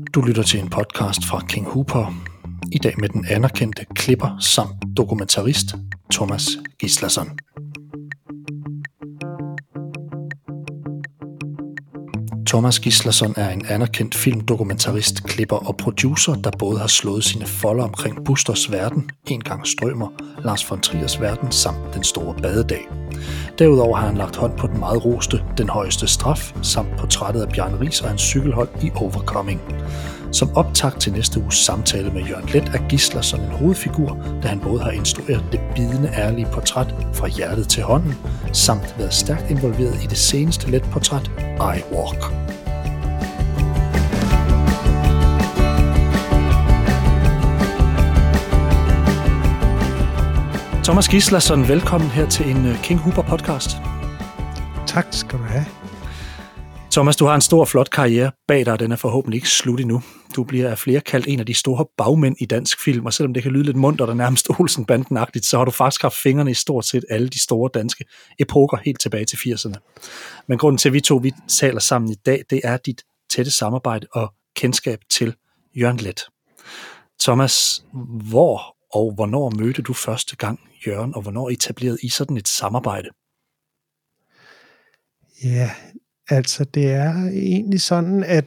Du lytter til en podcast fra King Hooper. I dag med den anerkendte klipper samt dokumentarist Thomas Gíslason. Thomas Gíslason er en anerkendt filmdokumentarist, klipper og producer, der både har slået sine folder omkring Busters Verden, En gang Strømer, Lars von Triers Verden samt Den Store Badedag. Derudover har han lagt hånd på den meget roste Den Højeste Straf, samt portrættet af Bjarne Riis og hans cykelhold i Overcoming. Som optakt til næste uges samtale med Jørgen Leth er Gíslason en hovedfigur, da han både har instrueret det bidende ærlige portræt Fra hjertet til hånden, samt været stærkt involveret i det seneste Leth-portræt I Walk. Thomas Gíslason, velkommen her til en King Hooper podcast. Tak skal du have. Thomas, du har en stor, flot karriere bag dig, og den er forhåbentlig ikke slut endnu. Du bliver af flere kaldt en af de store bagmænd i dansk film, og selvom det kan lyde lidt muntert og nærmest Olsen-banden-agtigt, så har du faktisk haft fingrene i stort set alle de store danske epoker helt tilbage til 80'erne. Men grunden til, at vi taler sammen i dag, det er dit tætte samarbejde og kendskab til Jørgen Leth. Thomas, hvor og hvornår mødte du første gang Jørgen, og hvornår etablerede I sådan et samarbejde? Ja, altså det er egentlig sådan, at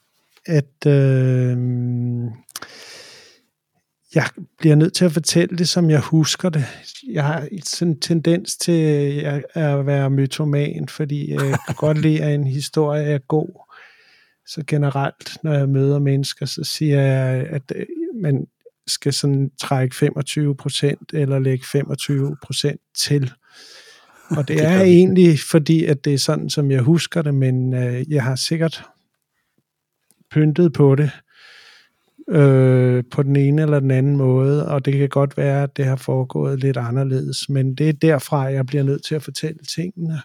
jeg bliver nødt til at fortælle det, som jeg husker det. Jeg har sådan en tendens til at være mytoman, fordi jeg kan godt lide, at en historie er god. Så generelt, når jeg møder mennesker, så siger jeg, at man skal sådan trække 25% eller lægge 25% til. Og det er egentlig fordi, at det er sådan, som jeg husker det, men jeg har sikkert pyntet på det på den ene eller den anden måde, og det kan godt være, at det har foregået lidt anderledes, men det er derfra, jeg bliver nødt til at fortælle tingene.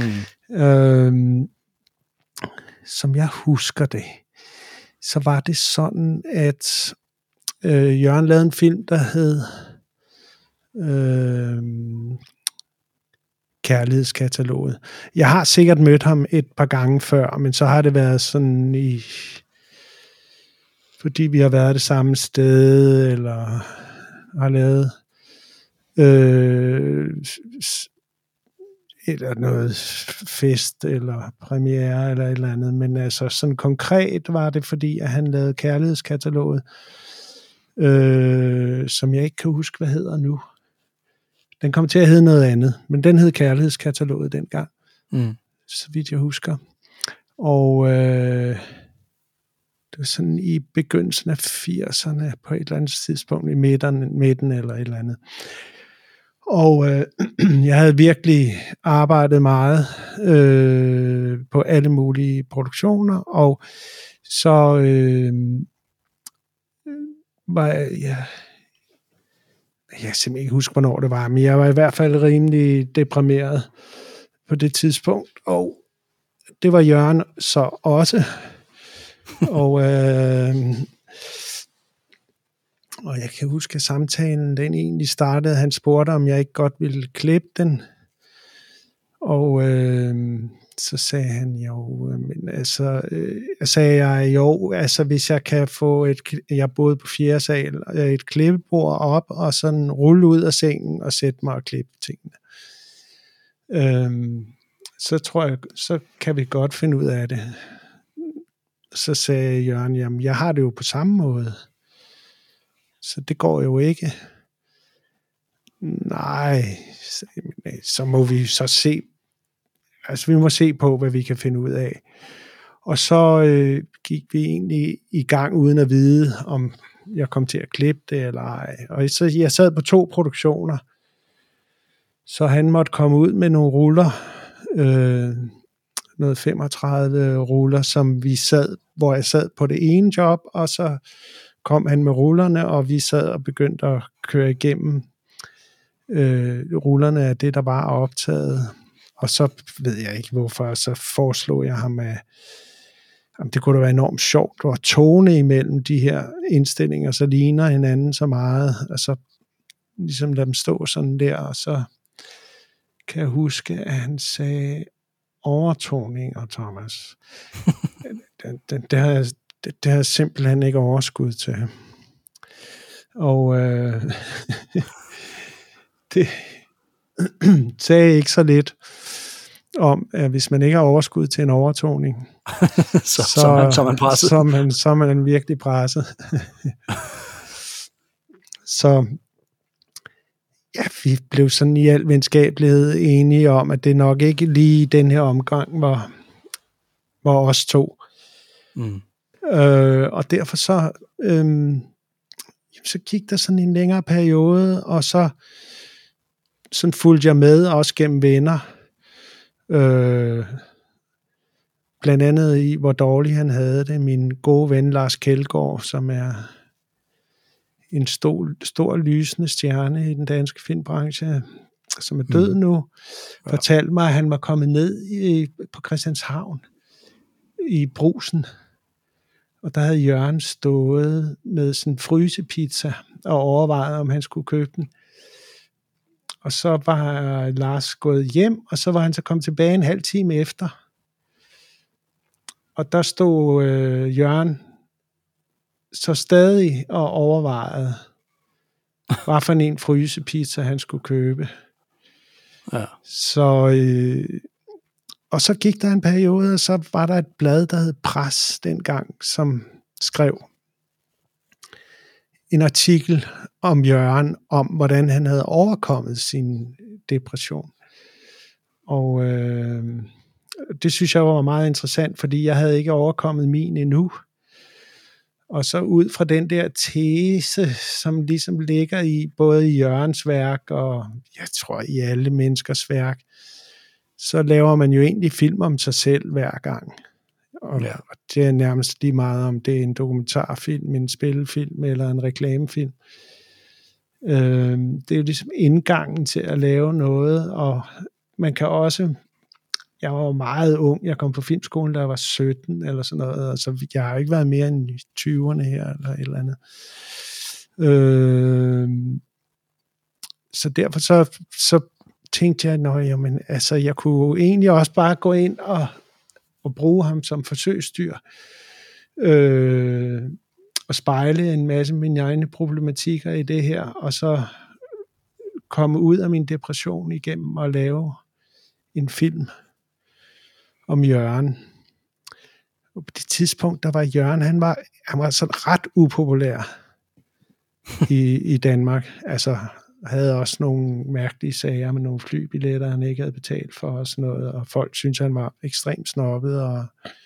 Som jeg husker det, så var det sådan, at Jørgen lavede en film, der hed Kærlighedskataloget. Jeg har sikkert mødt ham et par gange før, men så har det været sådan fordi vi har været det samme sted, eller har lavet eller noget fest, eller premiere, eller et eller andet. Men altså sådan konkret var det, fordi at han lavede Kærlighedskataloget, som jeg ikke kan huske, hvad hedder nu. Den kom til at hedde noget andet, men den hed Kærlighedskataloget dengang, så vidt jeg husker. Og det var sådan i begyndelsen af 80'erne, på et eller andet tidspunkt, i midten eller et eller andet. Og jeg havde virkelig arbejdet meget på alle mulige produktioner, og så var jeg kan simpelthen ikke huske, hvornår det var, men jeg var i hvert fald rimelig deprimeret på det tidspunkt, og det var Jørgen så også. Og jeg kan huske, at samtalen, den egentlig startede, han spurgte, om jeg ikke godt ville klippe den, og så sagde han jo, men altså, hvis jeg kan få jeg boede på 4. sal, et klippebord op, og sådan rulle ud af sengen, og sætte mig og klippe tingene. Så tror jeg, så kan vi godt finde ud af det. Så sagde Jørgen, jamen jeg har det jo på samme måde, så det går jo ikke. Nej, så må vi så se. Altså vi må se på, hvad vi kan finde ud af. Og så gik vi egentlig i gang uden at vide, om jeg kom til at klippe det eller ej. Og så jeg sad på 2 produktioner, så han måtte komme ud med nogle ruller, noget 35 ruller, som vi sad, hvor jeg sad på det ene job, og så kom han med rullerne, og vi sad og begyndte at køre igennem rullerne af det, der var optaget. Og så ved jeg ikke hvorfor, så foreslog jeg ham, at det kunne da være enormt sjovt, at tone imellem de her indstillinger, så ligner hinanden så meget, og så ligesom lade dem stå sådan der, og så kan jeg huske, at han sagde overtoninger, Thomas. Det har jeg det har jeg simpelthen ikke overskud til. Og det sagde ikke så lidt om, at hvis man ikke har overskud til en overtoning, så er man virkelig presset. Så ja, vi blev sådan i al venskabelighed enige om, at det nok ikke lige den her omgang var os to. Og derfor så gik der sådan en længere periode, og så sådan fulgte jeg med, også gennem venner. Blandt andet i, hvor dårligt han havde det. Min gode ven Lars Kjeldgaard, som er en stor lysende stjerne i den danske filmbranche, som er død nu, fortalte mig, at han var kommet ned på Christianshavn i Brugsen, og der havde Jørgen stået med sådan en frysepizza og overvejet, om han skulle købe den. Og så var Lars gået hjem, og så var han så kommet tilbage en halv time efter. Og der stod Jørgen så stadig og overvejede, hvad for en frysepizza han skulle købe. Ja. Så, og så gik der en periode, og så var der et blad, der hed Pres dengang, som skrev en artikel om Jørgen, om hvordan han havde overkommet sin depression. Og det synes jeg var meget interessant, fordi jeg havde ikke overkommet min endnu. Og så ud fra den der tese, som ligesom ligger i både i Jørgens værk, og jeg tror i alle menneskers værk, så laver man jo egentlig film om sig selv hver gang. Og det er nærmest lige meget, om det er en dokumentarfilm, en spillefilm eller en reklamefilm. Det er jo ligesom indgangen til at lave noget, og man kan også... Jeg var meget ung. Jeg kom på filmskolen, da jeg var 17 eller sådan noget. Altså, jeg har ikke været mere end i 20'erne her eller et eller andet. Så derfor så tænkte jeg, jamen, altså, jeg kunne egentlig også bare gå ind og bruge ham som forsøgsdyr. Og spejle en masse af mine egne problematikker i det her, og så komme ud af min depression igennem og lave en film om Jørgen. Og på det tidspunkt, der var Jørgen, han var sådan ret upopulær i Danmark. Altså, havde også nogle mærkelige sager med nogle flybilletter, han ikke havde betalt for og sådan noget, og folk syntes, han var ekstremt snobbet og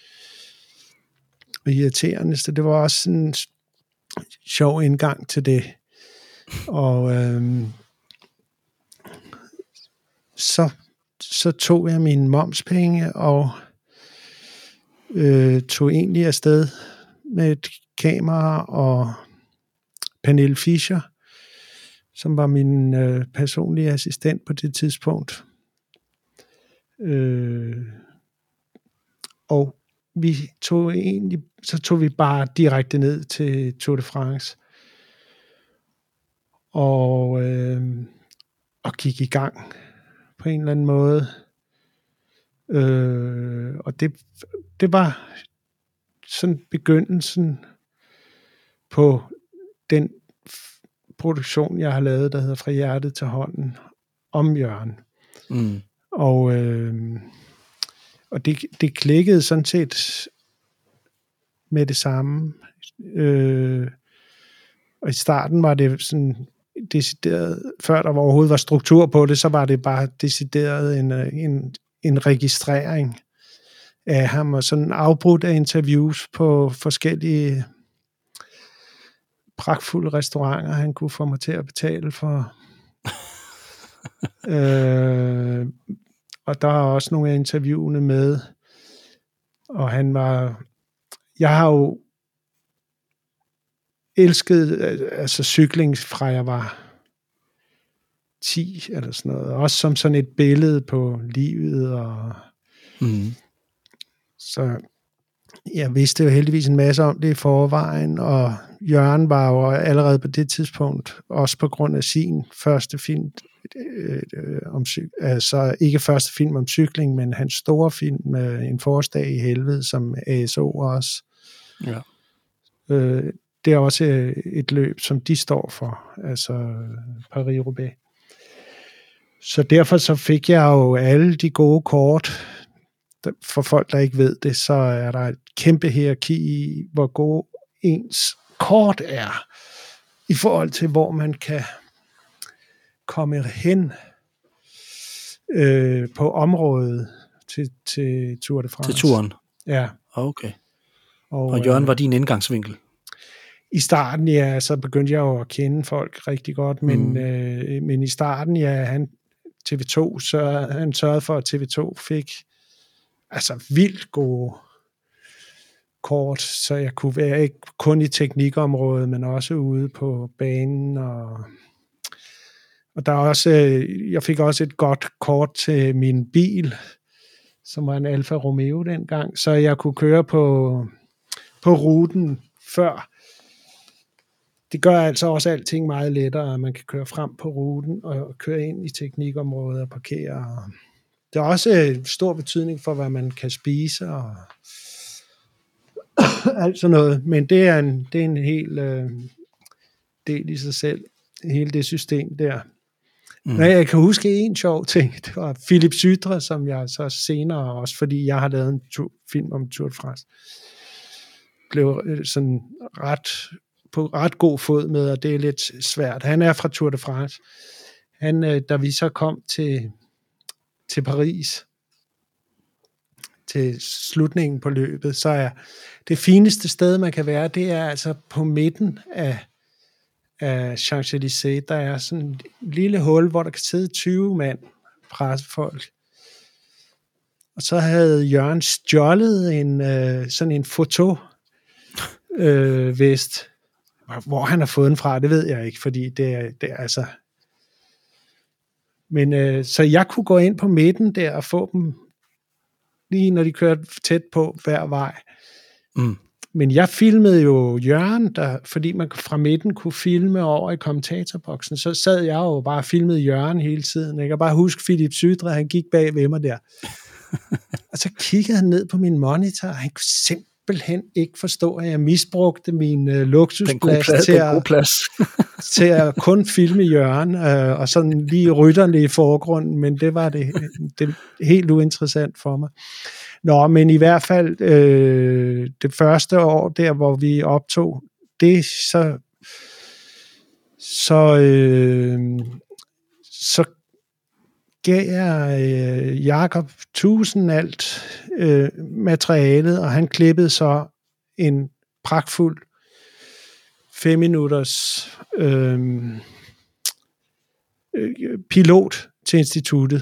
irriterende. Så det var også sådan en sjov indgang til det. Og så tog jeg mine momspenge og tog egentlig afsted med et kamera og Pernille Fischer, som var min personlige assistent på det tidspunkt. Og så tog vi bare direkte ned til Tour de France og gik i gang på en eller anden måde. Og det var sådan begyndelsen på den produktion, jeg har lavet, der hedder Fra hjertet til hånden, om Jørgen. Og det klikkede sådan set med det samme. Og i starten var det sådan decideret, før der overhovedet var struktur på det, så var det bare decideret en registrering af ham, og sådan afbrudt af interviews på forskellige pragtfulde restauranter, han kunne få mig til at betale for. Og der er også nogle af interviewene med, og jeg har jo elsket altså cykling fra jeg var 10 eller sådan noget, også som sådan et billede på livet, og så jeg vidste jo heldigvis en masse om det i forvejen, og Jørgen var jo allerede på det tidspunkt, også på grund af sin første film, altså ikke første film om cykling, men hans store film med En forårsdag i helvede, som ASO også Det er også et løb, som de står for, altså Paris-Roubaix. Så derfor så fik jeg jo alle de gode kort. For folk, der ikke ved det, så er der et kæmpe hierarki i, hvor god ens kort er, i forhold til, hvor man kan komme hen på området til Tour de France. Til turen? Ja. Okay. Og Jørgen var din indgangsvinkel? I starten, ja, så begyndte jeg jo at kende folk rigtig godt, men i starten, ja, han sørgede for, at TV2 fik altså vildt gode kort, så jeg kunne være ikke kun i teknikområdet, men også ude på banen, og der er også, jeg fik også et godt kort til min bil, som var en Alfa Romeo dengang, så jeg kunne køre på ruten før. Det gør altså også alting meget lettere, at man kan køre frem på ruten og køre ind i teknikområdet og parkere. Det er også stor betydning for, hvad man kan spise og alt sådan noget, men det er en hel del i sig selv, hele det system der. Men jeg kan huske en sjov ting, det var Philip Sydre, som jeg så senere også, fordi jeg har lavet en film om Tour de France, blev sådan på ret god fod med, og det er lidt svært. Han er fra Tour de France. Da vi så kom til Paris, til slutningen på løbet, så er det fineste sted, man kan være, det er altså på midten af Champs-Élysées. Der er sådan et lille hul, hvor der kan sidde 20 mand, pressefolk. Og så havde Jørgen stjålet sådan en fotovest. Hvor han har fået den fra, det ved jeg ikke, fordi det er altså... Men så jeg kunne gå ind på midten der og få dem, lige når de kørte tæt på hver vej. Men jeg filmede jo Jørgen, fordi man fra midten kunne filme over i kommentatorboksen, så sad jeg jo bare og filmede Jørgen hele tiden. Jeg kan bare huske Philip Sydre, han gik bag ved mig der. Og så kiggede han ned på min monitor, og han kunne simpelthen ikke forstå, at jeg misbrugte min luksusplads til at kun filme Jørgen, og sådan lige rytterne i forgrunden, men det var det helt uinteressant for mig. Nå, men i hvert fald det første år der, hvor vi optog, det så gav jeg Jakob 1000 alt materialet, og han klippede så en pragtfuld 5 minutters pilot til instituttet.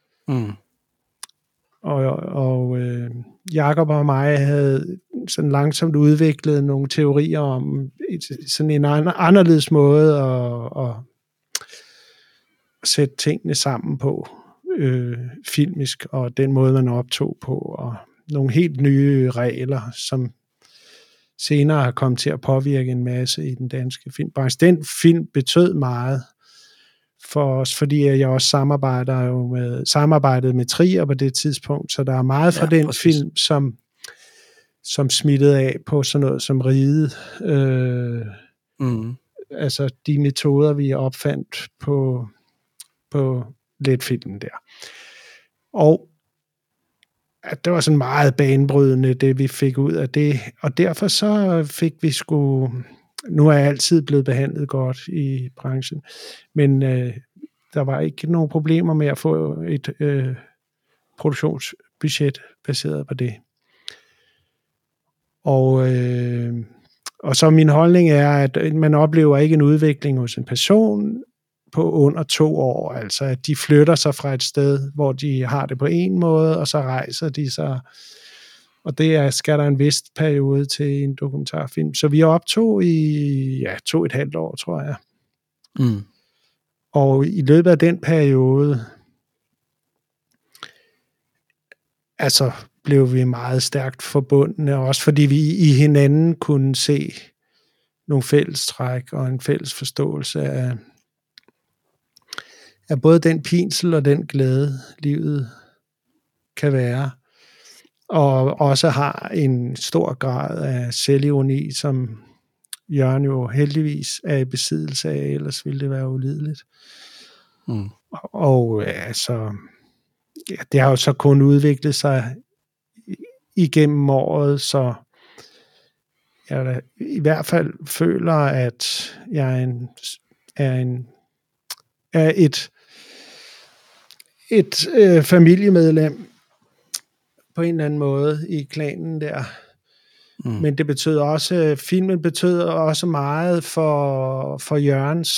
Og Jakob og mig havde sådan langsomt udviklet nogle teorier om sådan en anderledes måde at sætte tingene sammen på, filmisk, og den måde, man optog på, og nogle helt nye regler, som senere har kommet til at påvirke en masse i den danske filmbranche. Den film betød meget for os, fordi jeg også samarbejdede med Trier på det tidspunkt, så der er meget fra den film, som smittede af på sådan noget som Ride. Altså de metoder, vi opfandt på letfilmen der. Og at det var sådan meget banebrydende, det vi fik ud af det, og derfor så fik vi nu er jeg altid blevet behandlet godt i branchen, men der var ikke nogen problemer med at få et produktionsbudget baseret på det. Og så min holdning er, at man oplever ikke en udvikling hos en person på under 2 år, altså at de flytter sig fra et sted, hvor de har det på en måde, og så rejser de sig, og det skal der en vis periode til en dokumentarfilm. Så vi optog i 2,5 år, tror jeg. Og i løbet af den periode, altså blev vi meget stærkt forbundne, også fordi vi i hinanden kunne se nogle fællestræk og en fælles forståelse af både den pinsel og den glæde, livet kan være, og også har en stor grad af selvironi, som Jørgen jo heldigvis er i besiddelse af, ellers ville det være ulideligt. Og altså, ja, det har jo så kun udviklet sig igennem året, så jeg i hvert fald føler, at jeg er et familiemedlem på en eller anden måde i klanen der. Men det betød også, filmen betød også meget for Jørgens.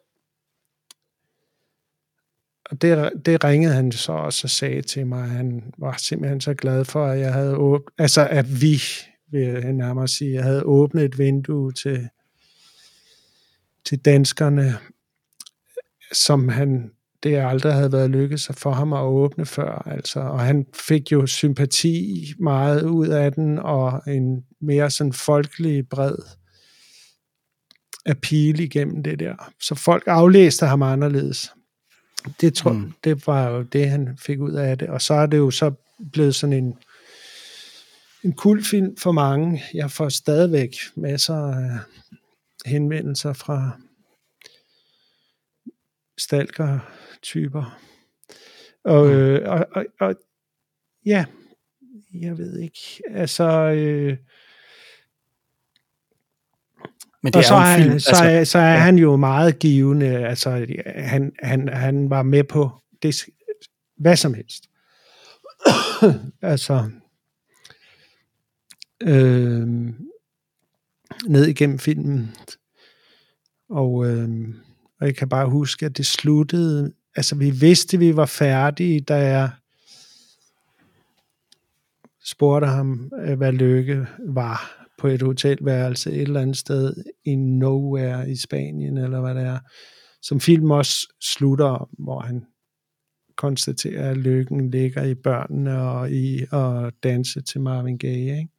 Og det ringede han så også og sagde til mig. Han var simpelthen så glad for, at jeg havde at vi, vil jeg nærmere sige, jeg havde åbnet et vindue til danskerne, som det aldrig havde været lykkedes for ham at åbne før. Altså. Og han fik jo sympati meget ud af den, og en mere sådan folkelig bred appeal igennem det der. Så folk aflæste ham anderledes. Det var jo det, han fik ud af det. Og så er det jo så blevet sådan en kultfilm for mange. Jeg får stadigvæk masser af henvendelser fra stalker-typer. Og ja, jeg ved ikke. Altså... Men det og så er han jo meget givende. Altså, han var med på det, hvad som helst. Altså, ned igennem filmen. Og jeg kan bare huske, at det sluttede. Altså, vi vidste, vi var færdige, da jeg spurgte ham, hvad lykke var på et hotelværelse et eller andet sted i nowhere i Spanien, eller hvad det er, som film også slutter, hvor han konstaterer, at lykken ligger i børnene og i at danse til Marvin Gaye, ikke?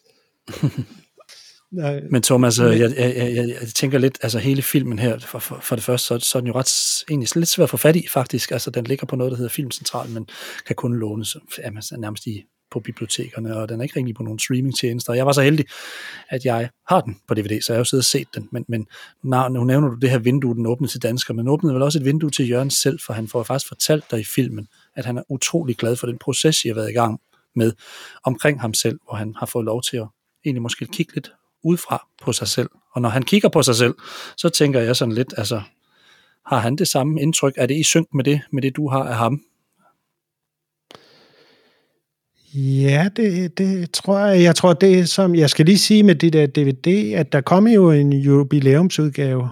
Men Thomas, jeg tænker lidt, altså hele filmen her, for det første, så er den jo egentlig lidt svært at få fat i, faktisk. Altså, den ligger på noget, der hedder Filmcentral, men kan kun lånes nærmest på bibliotekerne, og den er ikke rigtig på nogle streamingtjenester. Jeg var så heldig, at jeg har den på DVD, så jeg har jo siddet og set den, men nu nævner du det her vindue, den åbnede til danskere, men åbnede vel også et vindue til Jørgen selv, for han får faktisk fortalt dig i filmen, at han er utrolig glad for den proces, jeg har været i gang med omkring ham selv, hvor han har fået lov til at egentlig måske kigge lidt udefra på sig selv. Og når han kigger på sig selv, så tænker jeg sådan lidt, altså, har han det samme indtryk? Er det i synk med det du har af ham? Ja, det tror jeg. Jeg tror, det er som... Jeg skal lige sige med det der DVD, at der kom jo en jubilæumsudgave,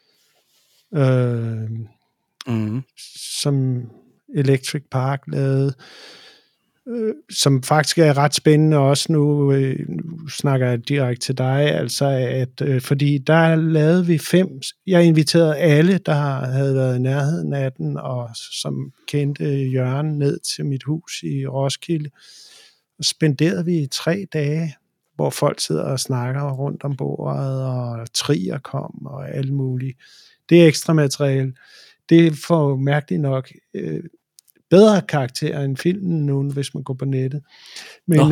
som Electric Park lavede, som faktisk er ret spændende også nu. Nu snakker jeg direkte til dig, altså at fordi der lavede vi 5. Jeg inviterede alle, der havde været i nærheden af den, og som kendte Jørgen, ned til mit hus i Roskilde. Og spenderede vi 3 dage, hvor folk sidder og snakker rundt om bordet, og trier kom, og alt muligt. Det er ekstra materiale. Det får mærkeligt nok bedre karakter end filmen nu, hvis man går på nettet. Men,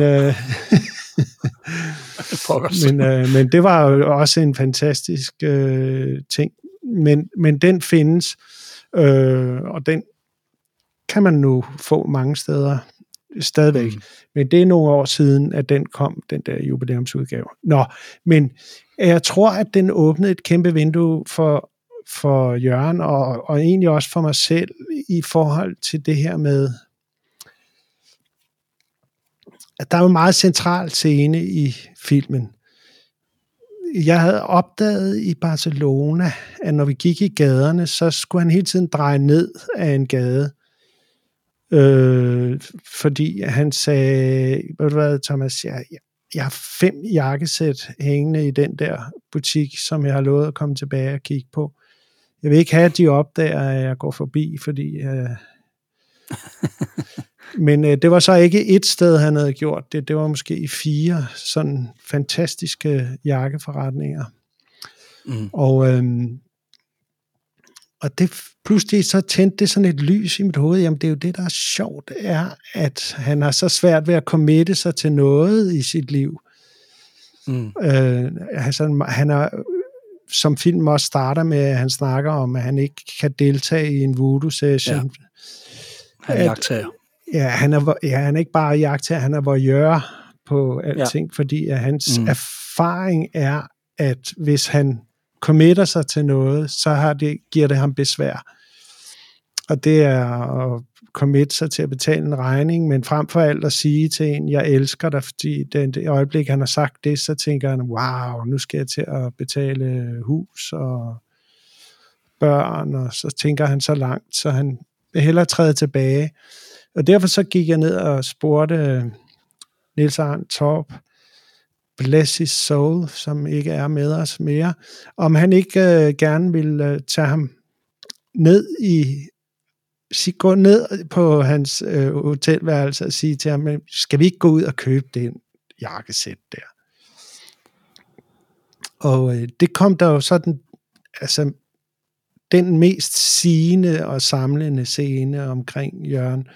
men det var jo også en fantastisk ting. Men den findes, og den kan man nu få mange steder stadigvæk. Men det er nogle år siden, at den kom, den der jubilæumsudgave. Men jeg tror, at den åbnede et kæmpe vindue for Jørgen, og egentlig også for mig selv, i forhold til det her med, at der er en meget central scene i filmen. Jeg havde opdaget i Barcelona, at når vi gik i gaderne, så skulle han hele tiden dreje ned af en gade, fordi han sagde, ved du hvad, Thomas, jeg har 5 jakkesæt hængende i den der butik, som jeg har lovet at komme tilbage og kigge på. Jeg vil ikke have, at de opdager, at jeg går forbi, fordi... Men det var så ikke et sted, han havde gjort det. Det var måske i 4 sådan fantastiske jakkeforretninger. Og det pludselig så tændte det sådan et lys i mit hoved. Jamen det er jo det, der er sjovt, er, at han har så svært ved at committe sig til noget i sit liv. Altså, han er som film også starter med, at han snakker om, at han ikke kan deltage i en voodoo-session. Ja. Han er jagttager. Ja, han er ikke bare jagttager, han er voyeur på alting, fordi at hans erfaring er, at hvis han committer sig til noget, så giver det ham besvær. Og det er at committe sig til at betale en regning, men frem for alt at sige til en, jeg elsker dig, fordi det øjeblik, han har sagt det, så tænker han, wow, nu skal jeg til at betale hus og børn, og så tænker han så langt, så han vil hellere træde tilbage. Og derfor så gik jeg ned og spurgte Niels Arndt Torp, bless his soul, som ikke er med os mere, om han ikke gerne ville tage ham ned gå ned på hans hotelværelse og sige til ham, skal vi ikke gå ud og købe den jakkesæt der? Og det kom der jo sådan, altså den mest sigende og samlende scene omkring Jørgen,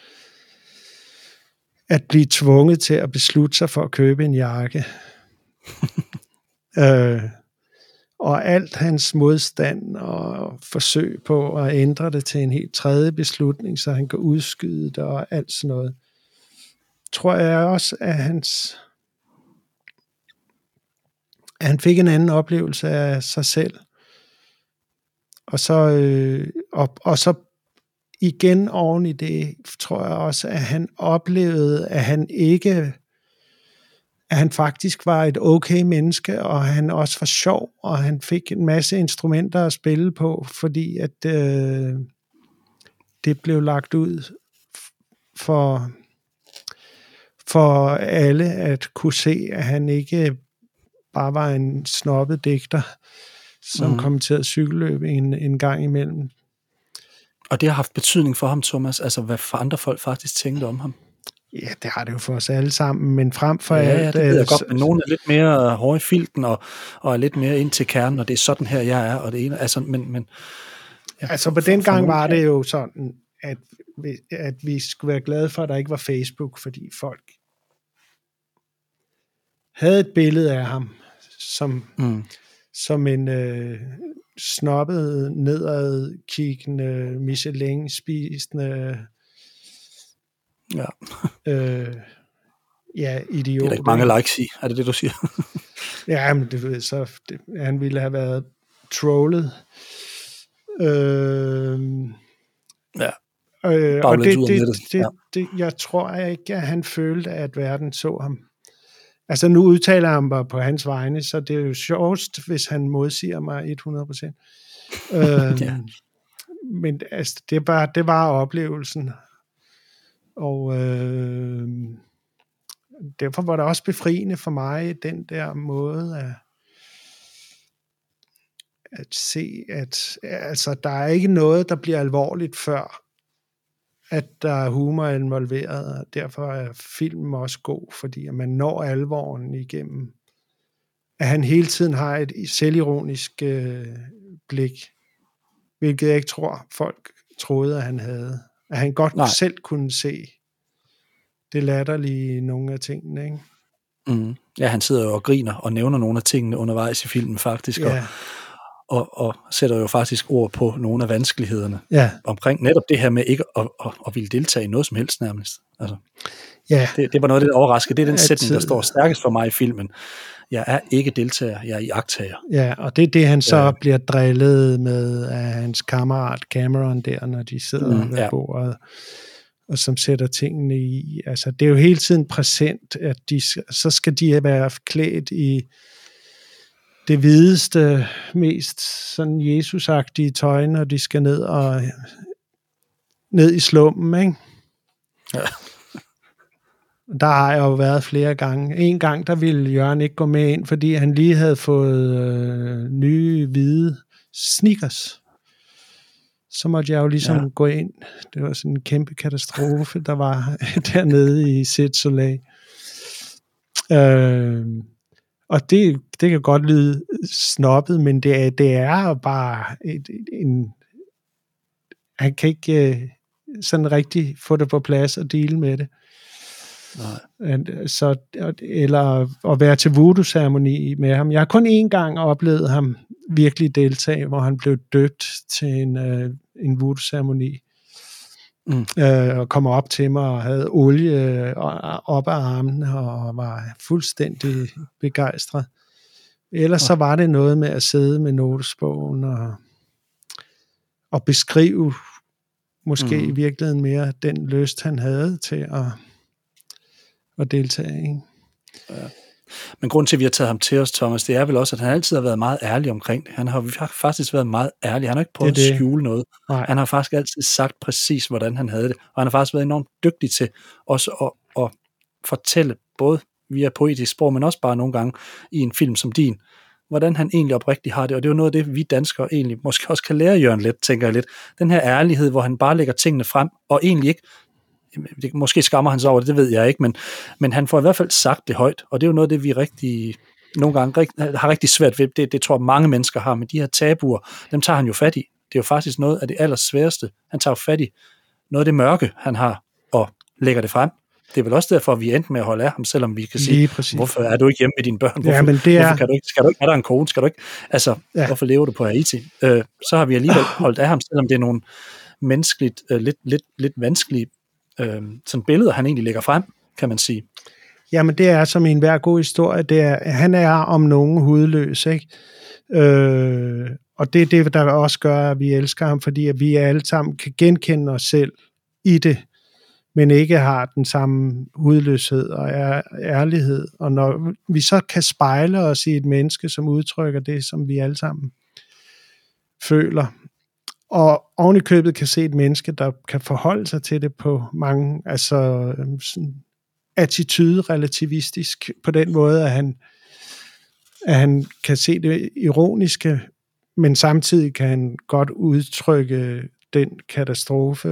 at blive tvunget til at beslutte sig for at købe en jakke. Og alt hans modstand og forsøg på at ændre det til en helt tredje beslutning, så han kan udskyde det og alt sådan noget, tror jeg også, at han fik en anden oplevelse af sig selv. Og så igen oven i det, tror jeg også, at han oplevede, at han faktisk var et okay menneske, og han også var sjov, og han fik en masse instrumenter at spille på, fordi at det blev lagt ud for alle at kunne se, at han ikke bare var en snobbet digter, som kom til at cykelløbe en gang imellem. Og det har haft betydning for ham, Thomas, altså hvad for andre folk faktisk tænkte om ham? Ja, det har det jo for os alle sammen, men frem for alt... Ja, det ved jeg godt, men nogen er lidt mere hårde i filten, og er lidt mere ind til kernen, og det er sådan her, jeg er, og det ene, altså, men ja, altså på den gang var det jo sådan, at vi skulle være glade for, at der ikke var Facebook, fordi folk havde et billede af ham, som en snobbet, nedadkiggende, Michelin-spisende idiot. Det er der ikke mange likes i, er det du siger? Ja, men det ved så, han ville have været trollet. Og jeg tror ikke, at han følte, at verden så ham. Altså nu udtaler han mig på hans vegne, så det er jo sjovest, hvis han modsiger mig 100%. Men altså, det var oplevelsen. Og derfor var det også befriende for mig, den der måde at se, at altså, der er ikke noget, der bliver alvorligt før, at der er humor involveret, og derfor er filmen også god, fordi man når alvoren igennem. At han hele tiden har et selvironisk blik, hvilket jeg ikke tror, folk troede, at han havde. At han godt selv kunne se det latterlige i nogle af tingene, ikke? Mm. Ja, han sidder jo og griner og nævner nogle af tingene undervejs i filmen faktisk, og sætter jo faktisk ord på nogle af vanskelighederne omkring netop det her med ikke at ville deltage i noget som helst nærmest. Altså, det var noget, der overraskede. Det er den sætning, der står stærkest for mig i filmen. Jeg er ikke deltager, jeg er iagttager. Ja, og det er det, han så bliver drillet med af hans kammerat Cameron der, når de sidder ved bordet, og som sætter tingene i. Altså, det er jo hele tiden præsent, at så skal de være klædt i det hvideste, mest sådan Jesus-agtige tøj, når de skal ned i slummen, ikke? Ja. Der har jeg jo været flere gange. En gang, der ville Jørgen ikke gå med ind, fordi han lige havde fået nye hvide sneakers. Så måtte jeg jo ligesom gå ind. Det var sådan en kæmpe katastrofe, der var dernede i Cirque du Soleil. Og det kan godt lyde snobbet, men det er bare han kan ikke sådan rigtig få det på plads og deale med det. Så, eller at være til voodoo-ceremoni med ham. Jeg har kun én gang oplevet ham virkelig deltage, hvor han blev døbt til en voodoo-ceremoni. Og kommer op til mig og havde olie op ad armene og var fuldstændig begejstret. Ellers så var det noget med at sidde med notesbogen og beskrive måske i virkeligheden mere den lyst, han havde til at deltage i. Ja. Men grunden til, at vi har taget ham til os, Thomas, det er vel også, at han altid har været meget ærlig omkring det. Han har faktisk været meget ærlig. Han har ikke prøvet at skjule noget. Nej. Han har faktisk altid sagt præcis, hvordan han havde det. Og han har faktisk været enormt dygtig til også at fortælle, både via poetisk sprog, men også bare nogle gange i en film som din, hvordan han egentlig oprigtigt har det. Og det er jo noget af det, vi danskere egentlig måske også kan lære Jørgen lidt, tænker jeg lidt. Den her ærlighed, hvor han bare lægger tingene frem, og egentlig ikke, måske skammer han sig over det, det ved jeg ikke, men han får i hvert fald sagt det højt, og det er jo noget af det, vi nogle gange har rigtig svært ved. Det tror jeg, mange mennesker har, men de her tabuer, dem tager han jo fat i. Det er jo faktisk noget af det allersværeste. Han tager jo fat i noget af det mørke, han har, og lægger det frem. Det er vel også derfor, vi endte med at holde af ham, selvom vi kan sige, hvorfor er du ikke hjemme med dine børn? Hvorfor skal du ikke have dig en kone? Skal du ikke? Altså, hvorfor lever du på Haiti? Så har vi alligevel holdt af ham, selvom det er nogle menneskeligt, lidt vanskelige sådan billeder, han egentlig lægger frem, kan man sige. Jamen, det er som i enhver god historie. Han er om nogen hudløs, ikke? Og det er det, der også gør, at vi elsker ham, fordi at vi alle sammen kan genkende os selv i det, men ikke har den samme hudløshed og ærlighed. Og når vi så kan spejle os i et menneske, som udtrykker det, som vi alle sammen føler, og oven i købet kan se et menneske, der kan forholde sig til det på mange, altså attitude relativistisk, på den måde, at han kan se det ironiske, men samtidig kan han godt udtrykke den katastrofe,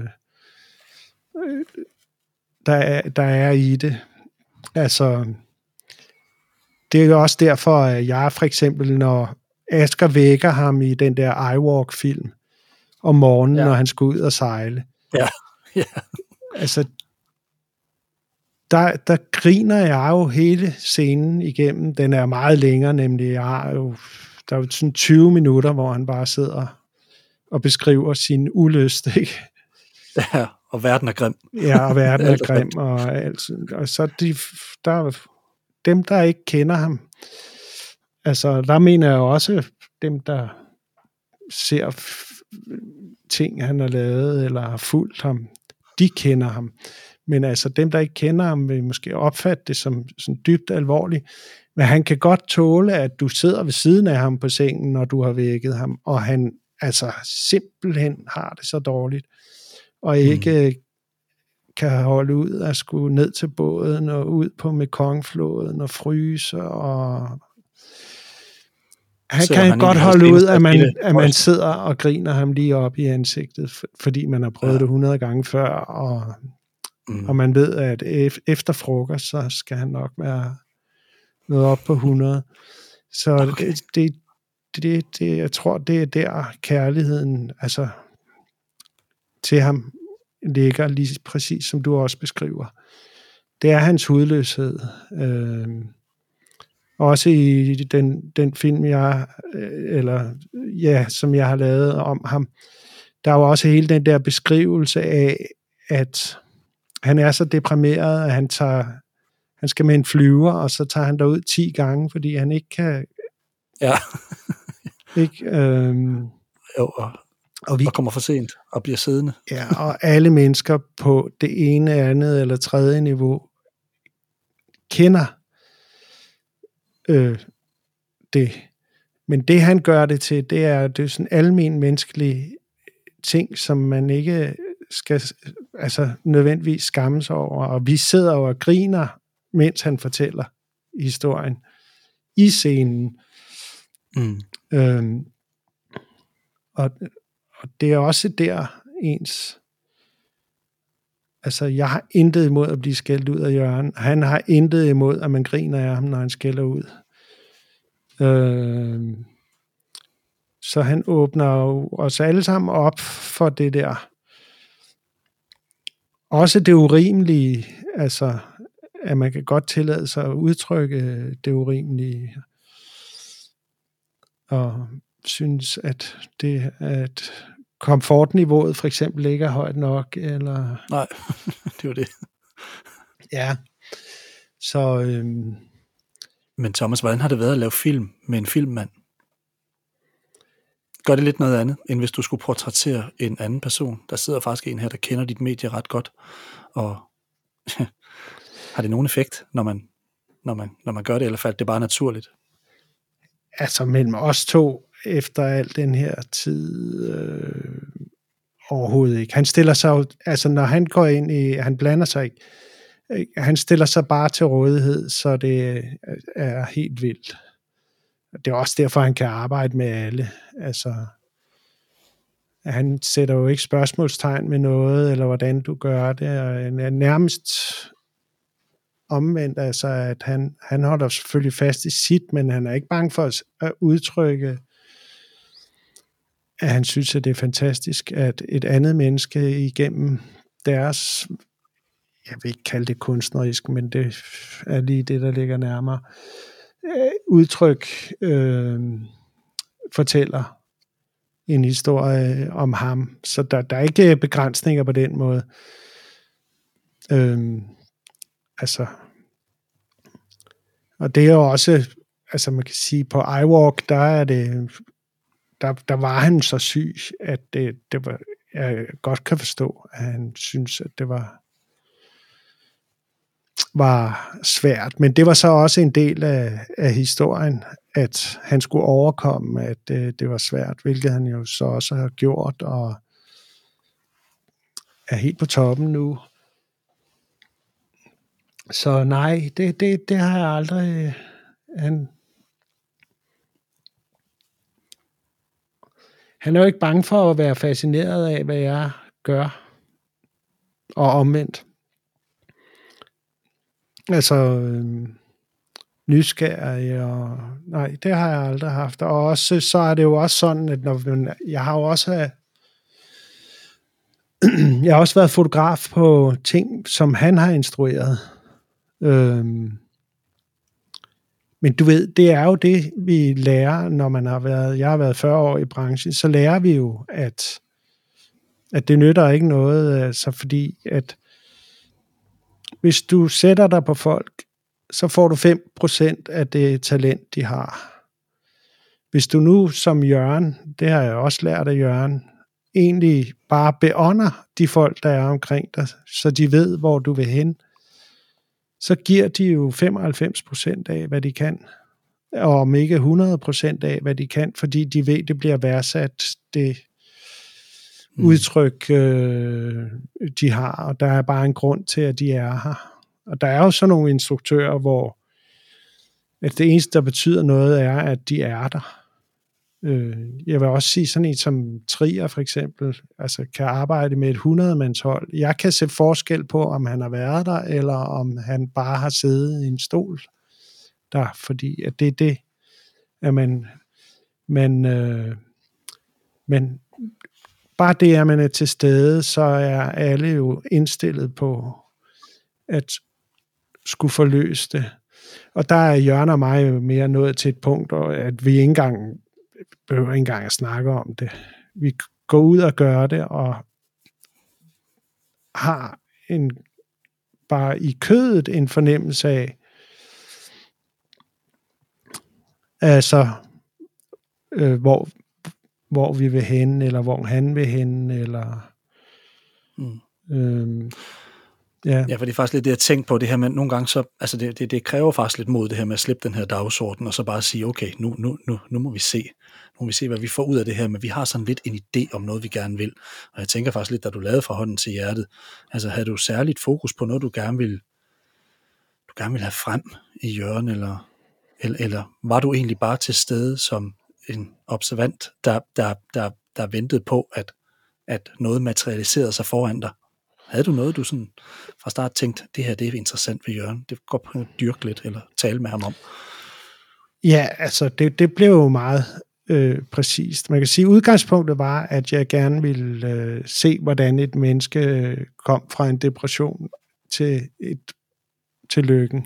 der er i det. Altså, det er jo også derfor, at jeg for eksempel, når Asger vækker ham i den der iWalk-film om morgenen, når han skal ud og sejle. Ja. Altså, der griner jeg jo hele scenen igennem. Den er meget længere, nemlig der er jo sådan 20 minutter, hvor han bare sidder og beskriver sin ulyst, ikke? Ja, og verden er grim. Ja, og verden er grim, og så dem, der ikke kender ham, altså, der mener jeg også, dem, der ser ting, han har lavet, eller har fulgt ham, de kender ham. Men altså, dem, der ikke kender ham, vil måske opfatte det som sådan dybt alvorligt. Men han kan godt tåle, at du sidder ved siden af ham på sengen, når du har vækket ham, og han altså simpelthen har det så dårligt, og ikke kan holde ud at skulle ned til båden, og ud på Mekongfloden, og fryse, og han kan godt holde ud, at man sidder og griner ham lige op i ansigtet, fordi man har prøvet det 100 gange før, og man ved, at efter frokost, så skal han nok være noget op på 100. Så okay. det, jeg tror, det er der kærligheden altså til ham ligger, lige præcis som du også beskriver. Det er hans hudløshed. Også i den film, som jeg har lavet om ham, der er jo også hele den der beskrivelse af, at han er så deprimeret, at han skal med en flyver, og så tager han derud 10 gange, fordi han ikke kan... Ja. Og vi kommer for sent og bliver siddende. Ja, og alle mennesker på det ene, andet eller tredje niveau kender det. Men det han gør det til, det er sådan almen menneskelige ting, som man ikke skal nødvendigvis skamme sig over. Og vi sidder og griner, mens han fortæller historien i scenen. Og det er også der ens... Altså, jeg har intet imod at blive skældt ud af Jørgen. Han har intet imod, at man griner af ham, når han skælder ud. Så han åbner jo os alle sammen op for det der. Også det urimelige, altså at man kan godt tillade sig at udtrykke det urimelige, og synes, at komfortniveauet for eksempel ikke er højt nok, eller... Nej, det var det. Ja, så... Men Thomas, hvordan har det været at lave film med en filmmand? Gør det lidt noget andet, end hvis du skulle portrættere en anden person? Der sidder faktisk en her, der kender dit medie ret godt, og har det nogen effekt, når man gør det, eller faldt det bare naturligt? Altså mellem os to, efter al den her tid, overhovedet ikke. Han stiller sig jo, altså når han går ind i, han blander sig ikke, han stiller sig bare til rådighed, så det er helt vildt. Det er også derfor, han kan arbejde med alle. Altså, han sætter jo ikke spørgsmålstegn med noget, eller hvordan du gør det, og nærmest omvendt, altså at han holder selvfølgelig fast i sit, men han er ikke bange for at udtrykke, at han synes, at det er fantastisk, at et andet menneske igennem deres, jeg vil ikke kalde det kunstnerisk, men det er lige det, der ligger nærmere, udtryk fortæller en historie om ham. Så der er ikke begrænsninger på den måde. Altså, og det er jo også, altså man kan sige, på iWalk, der var han så syg, at det var, jeg godt kan forstå, at han synes, at det var svært. Men det var så også en del af historien, at han skulle overkomme, at det var svært, hvilket han jo så også har gjort, og er helt på toppen nu. Så nej, det har jeg aldrig... Han er jo ikke bange for at være fascineret af, hvad jeg gør, og omvendt. Altså, nysgerrig, og nej, det har jeg aldrig haft. Og også, så er det jo også sådan, at jeg har også været fotograf på ting, som han har instrueret. Men du ved, det er jo det, vi lærer, når man jeg har været 40 år i branchen, så lærer vi jo, at det nytter ikke noget, altså fordi, at hvis du sætter dig på folk, så får du 5% af det talent, de har. Hvis du nu som Jørgen, det har jeg også lært af Jørgen, egentlig bare beånder de folk, der er omkring dig, så de ved, hvor du vil hen, så giver de jo 95% af, hvad de kan, og om ikke 100% af, hvad de kan, fordi de ved, det bliver værdsat, det udtryk, de har, og der er bare en grund til, at de er her. Og der er jo sådan nogle instruktører, hvor at det eneste, der betyder noget, er, at de er der. Jeg vil også sige sådan en som Trier for eksempel, altså kan arbejde med et 100-mandshold. Jeg kan se forskel på, om han har været der, eller om han bare har siddet i en stol der, fordi at det er det, at men bare det, at man er til stede, så er alle jo indstillet på at skulle forløse det. Og der er Jørgen og mig jo mere nået til et punkt, at vi ikke behøver engang at snakke om det. Vi går ud og gør det, og har bare i kødet en fornemmelse af, altså, hvor vi vil hen, eller hvor han vil hen, eller... Ja, for det er faktisk lidt det, jeg tænkte på, det her med, nogle gange så, altså det kræver faktisk lidt mod, det her med at slippe den her dagsorden, og så bare sige, okay, nu må vi se. Nu må vi se, hvad vi får ud af det her, men vi har sådan lidt en idé om noget, vi gerne vil. Og jeg tænker faktisk lidt, da du lavede fra hånden til hjertet, altså havde du særligt fokus på noget, du gerne vil have frem i Jørgen, eller var du egentlig bare til stede som en observant, der ventede på, at noget materialiserede sig foran dig? Havde du noget, du sådan fra start tænkte, det her det er interessant ved Jørgen, det går på at dyrke lidt, eller tale med ham om? Ja, altså det blev jo meget præcist. Man kan sige, at udgangspunktet var, at jeg gerne ville se, hvordan et menneske kom fra en depression til lykken.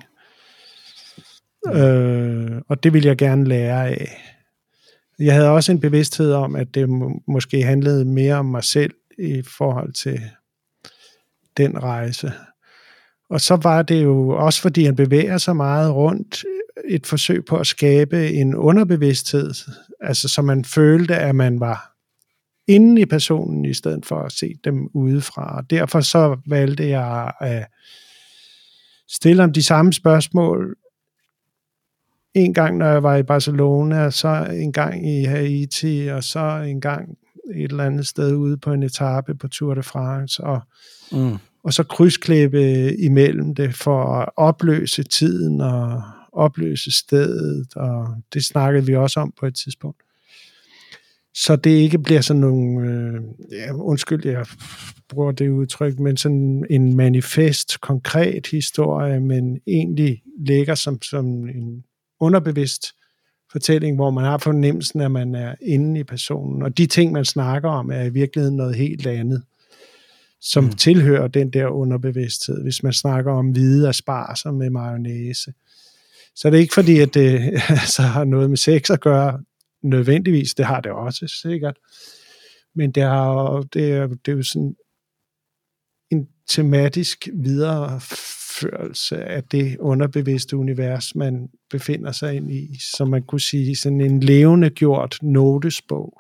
Og det ville jeg gerne lære af. Jeg havde også en bevidsthed om, at det måske handlede mere om mig selv i forhold til den rejse. Og så var det jo også, fordi han bevæger sig meget rundt, et forsøg på at skabe en underbevidsthed, altså så man følte, at man var inde i personen, i stedet for at se dem udefra. Og derfor så valgte jeg at stille ham de samme spørgsmål, en gang, når jeg var i Barcelona, så en gang i Haiti, og så en gang et eller andet sted ude på en etape på Tour de France, og så krydsklippe imellem det for at opløse tiden og opløse stedet, og det snakkede vi også om på et tidspunkt. Så det ikke bliver sådan nogle, undskyld, jeg bruger det udtryk, men sådan en manifest, konkret historie, men egentlig ligger som en underbevidst fortælling, hvor man har fornemmelsen, at man er inde i personen. Og de ting, man snakker om, er i virkeligheden noget helt andet, som tilhører den der underbevidsthed, hvis man snakker om hvide asparger med mayonnaise. Så det er ikke fordi, at det altså har noget med sex at gøre, nødvendigvis. Det har det også, sikkert. Men det er jo sådan en tematisk videreførelse af det underbevidste univers, man befinder sig ind i, som man kunne sige, sådan en levende gjort notesbog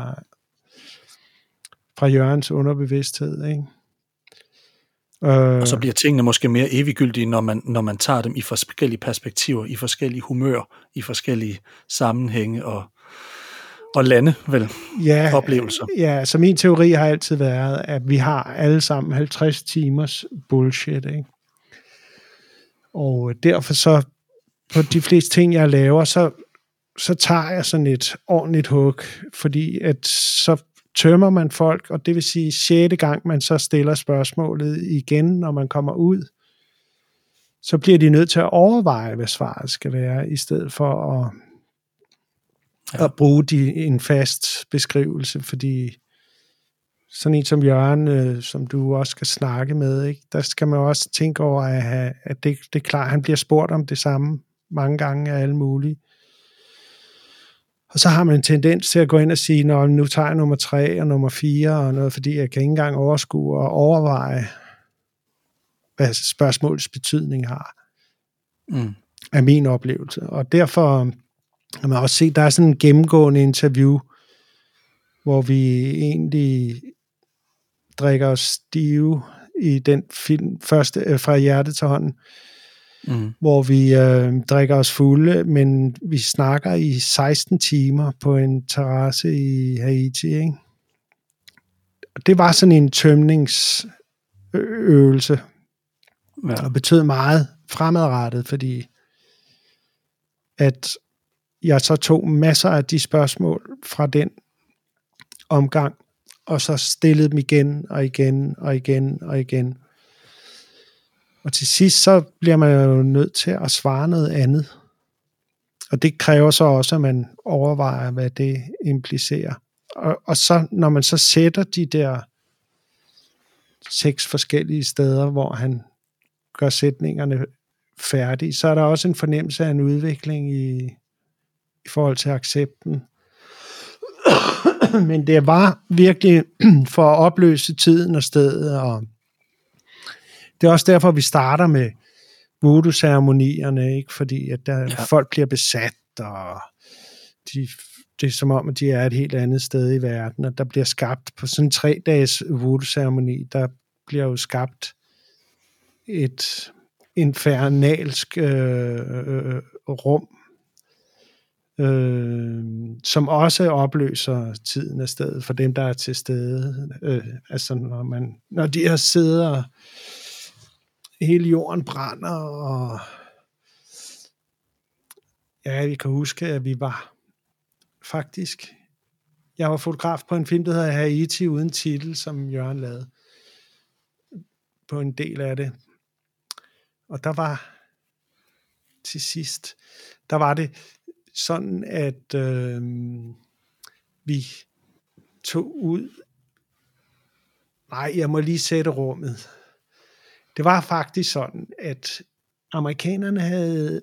fra Jørgens underbevidsthed, ikke? Og så bliver tingene måske mere eviggyldige, når man tager dem i forskellige perspektiver, i forskellige humør, i forskellige sammenhænge og lande, vel? Ja, oplevelser. Ja, så min teori har altid været, at vi har alle sammen 50 timers bullshit, ikke? Og derfor så, på de fleste ting, jeg laver, så tager jeg sådan et ordentligt hug, fordi at så tømmer man folk, og det vil sige 6. gang, man så stiller spørgsmålet igen, når man kommer ud, så bliver de nødt til at overveje, hvad svaret skal være, i stedet for at bruge en fast beskrivelse, fordi sådan en som Jørgen, som du også skal snakke med, ikke? Der skal man også tænke over, at det er klart, han bliver spurgt om det samme mange gange af alle mulige. Og så har man en tendens til at gå ind og sige, nu tager jeg nummer 3 og nummer 4, og noget, fordi jeg kan ikke engang overskue og overveje, hvad spørgsmålets betydning har, af min oplevelse. Og derfor kan man også se, der er sådan en gennemgående interview, hvor vi egentlig drikker os stive i den film, første fra hjertet til hånden, hvor vi drikker os fulde, men vi snakker i 16 timer på en terrasse i Haiti, ikke? Og det var sådan en tømningsøvelse, og betød meget fremadrettet, fordi at jeg så tog masser af de spørgsmål fra den omgang, og så stillede dem igen og igen og igen og igen. Og til sidst, så bliver man jo nødt til at svare noget andet. Og det kræver så også, at man overvejer, hvad det implicerer. Og så, når man så sætter de der 6 forskellige steder, hvor han gør sætningerne færdige, så er der også en fornemmelse af en udvikling i forhold til accepten. Men det var virkelig for at opløse tiden og stedet, og det er også derfor, vi starter med voodoo-ceremonierne, ikke? Fordi at folk bliver besat, og det er som om, at de er et helt andet sted i verden, og der bliver skabt på sådan en 3-dages voodoo-ceremoni, der bliver jo skabt et infernalsk rum, som også opløser tiden af stedet for dem, der er til stede. Altså når de her sidder, hele jorden brænder, og ja, vi kan huske, at vi var faktisk, jeg var fotograf på en film, der hedder Haiti uden titel, som Jørgen lavede på en del af det. Og der var til sidst, der var det sådan, at vi tog ud. Nej, jeg må lige sætte rummet. Det var faktisk sådan, at amerikanerne havde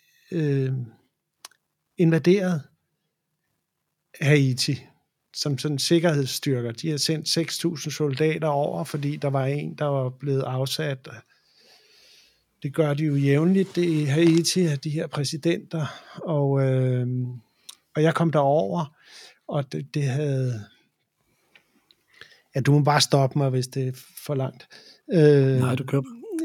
invaderet Haiti som sådan sikkerhedsstyrker. De havde sendt 6.000 soldater over, fordi der var en, der var blevet afsat. Det gør de jo jævnligt, det i Haiti, de her præsidenter. Og jeg kom derover, og det havde... Ja, du må bare stoppe mig, hvis det er for langt. Nej, du kører.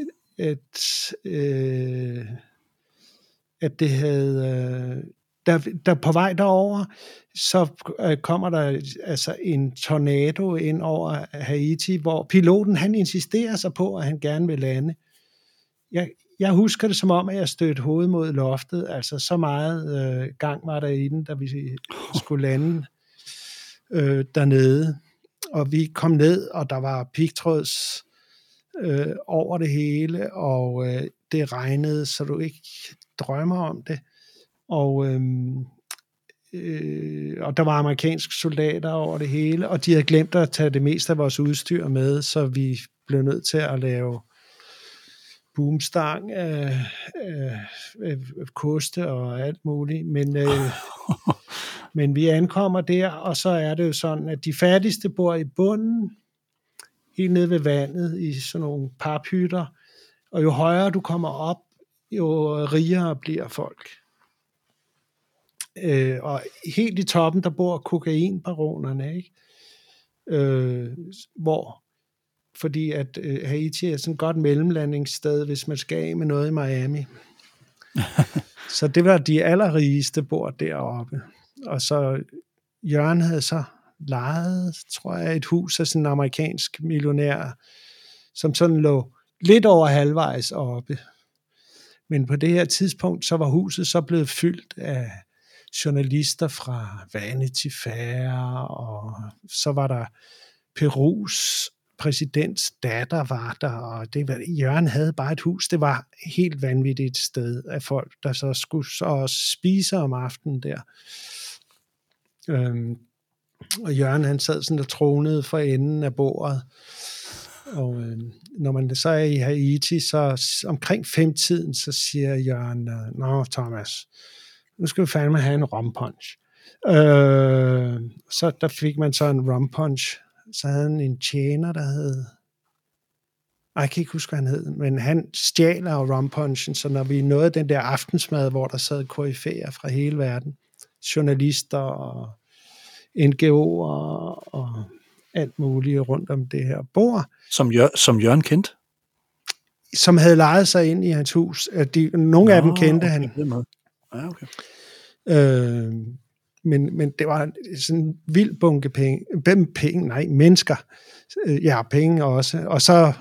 At det havde... Der på vej derover, så kommer der altså en tornado ind over Haiti, hvor piloten, han insisterer sig på, at han gerne vil lande. Jeg husker det som om, at jeg stødte hovedet mod loftet, altså så meget gang var der i den, da vi skulle lande dernede. Og vi kom ned, og der var pigtråds over det hele, og det regnede, så du ikke drømmer om det. Og der var amerikanske soldater over det hele, og de havde glemt at tage det meste af vores udstyr med, så vi blev nødt til at lave boomstang af koste og alt muligt. Men vi ankommer der, og så er det jo sådan, at de fattigste bor i bunden, helt nede ved vandet, i sådan nogle paphytter, og jo højere du kommer op, jo rigere bliver folk. Og helt i toppen, der bor kokainbaronerne, ikke? Fordi at Haiti er sådan et godt mellemlandingssted, hvis man skal af med noget i Miami. Så det var de allerrigeste bor deroppe. Og så Jørgen havde så lejet, tror jeg, et hus af sådan en amerikansk millionær, som sådan lå lidt over halvvejs oppe. Men på det her tidspunkt, så var huset så blevet fyldt af journalister fra Vanity Fair, og så var der Perus præsidents datter var der, og Jørgen havde bare et hus. Det var helt vanvittigt sted af folk, der så skulle så spise om aftenen der. Og Jørgen, han sad sådan og tronede for enden af bordet. Og når man så er i Haiti, så omkring 5-tiden, så siger Jørgen, nå Thomas, nu skal vi fandme have en rum punch. Så der fik man så en rum punch. Så havde han en tjener, der hed... Jeg kan ikke huske, hvad han hed, men han stjæler rum punchen, så når vi nåede den der aftensmad, hvor der sad koryfæer fra hele verden, journalister og NGO'er og alt muligt rundt om det her bord. Som Jørgen kendte? Som havde lejet sig ind i hans hus. Nogle af dem kendte han. Ja, okay. Men det var sådan en vild bunke penge. Mennesker. Ja, penge også. Og så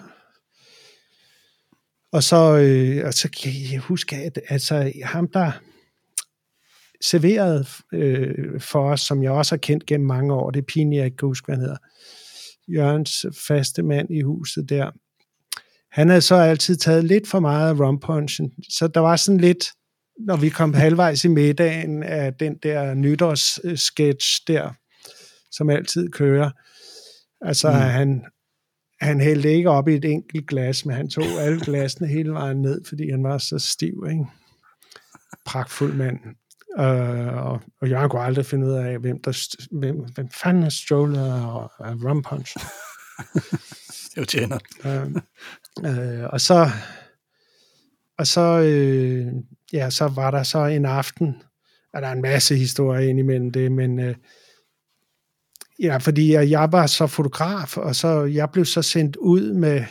kan jeg huske, at altså, ham, der serverede for os, som jeg også har kendt gennem mange år, det er pinligt, jeg ikke kan huske, hvad han hedder, Jørgens faste mand i huset der, han havde så altid taget lidt for meget af rum punchen, så der var sådan lidt, når vi kom halvvejs i middagen af den der nytårssketch der, som altid kører, altså han hældte ikke op i et enkelt glas, men han tog alle glasene hele vejen ned, fordi han var så stiv, ikke? Pragtfuld mand. Og Jørgen kunne aldrig finde ud af, hvem fanden er stroller og rum punch. Det er jo tjener. Så var der så en aften, og der er en masse historier ind imellem det, men fordi jeg var så fotograf, og så jeg blev så sendt ud med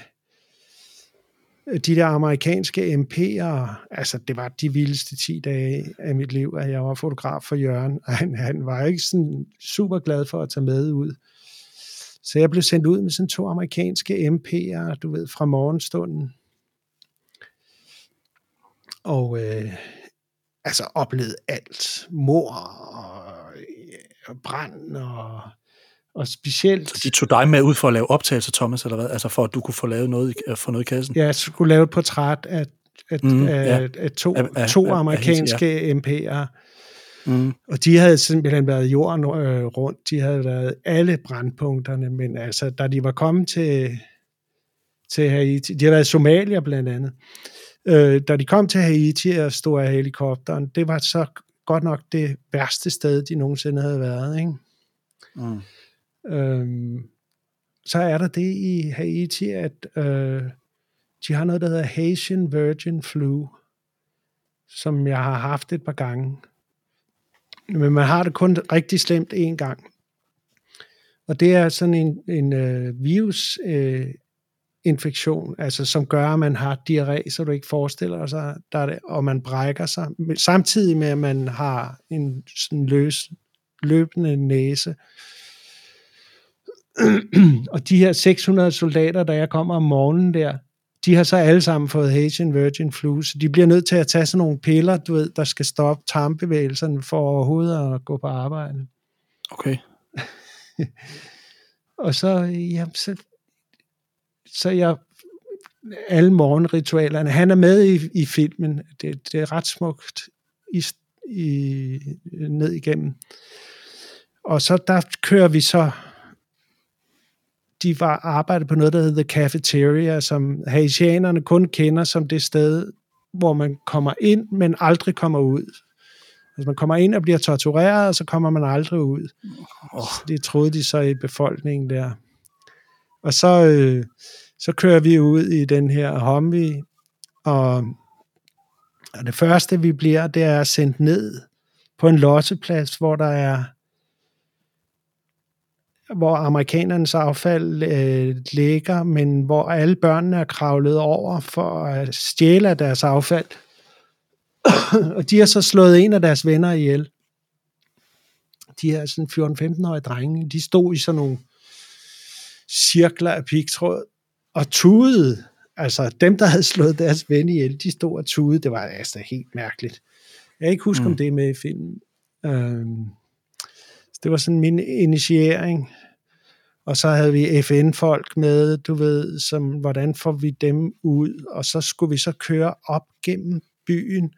de der amerikanske MP'er, altså det var de vildeste 10 dage af mit liv, at jeg var fotograf for Jørgen, og han var ikke sådan super glad for at tage med ud. Så jeg blev sendt ud med sådan 2 amerikanske MP'er, du ved, fra morgenstunden. Og altså oplevede alt. Mord og brand og specielt... Så de tog dig med ud for at lave optagelser, Thomas, eller hvad? Altså for at du kunne få lavet noget, i kassen? Ja, jeg skulle lave et portræt af to amerikanske MP'er. Og de havde simpelthen været jorden rundt. De havde været alle brandpunkterne, men altså, da de var kommet til Haiti, de havde været i Somalia blandt andet, Da de kom til Haiti og stod af helikopteren, det var så godt nok det værste sted, de nogensinde havde været, ikke? Så er der det i Haiti, at de har noget, der hedder Haitian Virgin Flu, som jeg har haft et par gange. Men man har det kun rigtig slemt én gang. Og det er sådan en virusinfektion, altså som gør, at man har diarré, så du ikke forestiller sig, og man brækker sig, samtidig med, at man har en sådan løbende næse. Og de her 600 soldater, der jeg kommer om morgenen der, de har så alle sammen fået Haitian Virgin Flu, så de bliver nødt til at tage sådan nogle piller, du ved, der skal stoppe tarmbevægelserne for overhovedet at gå på arbejde. Okay. Og så jeg alle morgenritualerne, han er med i filmen, det er ret smukt ned igennem. Og så der kører vi så, de var arbejdet på noget, der hedder The Cafeteria, som haitianerne kun kender som det sted, hvor man kommer ind, men aldrig kommer ud. Altså man kommer ind og bliver tortureret, og så kommer man aldrig ud. Det troede de så i befolkningen der. Og så kører vi ud i den her Humvee, og det første vi bliver, det er sendt ned på en losseplads, hvor amerikanernes affald ligger, men hvor alle børnene er kravlet over for at stjæle deres affald. Og de har så slået en af deres venner ihjel. De her sådan 14-15-årige drenge, de stod i sådan nogle cirkler af pigtråd og tudede. Altså dem, der havde slået deres ven ihjel, de stod og tudede. Det var altså helt mærkeligt. Jeg kan ikke huske, om det er med i filmen. Det var sådan min initiering. Og så havde vi FN-folk med, du ved, som hvordan får vi dem ud? Og så skulle vi så køre op gennem byen.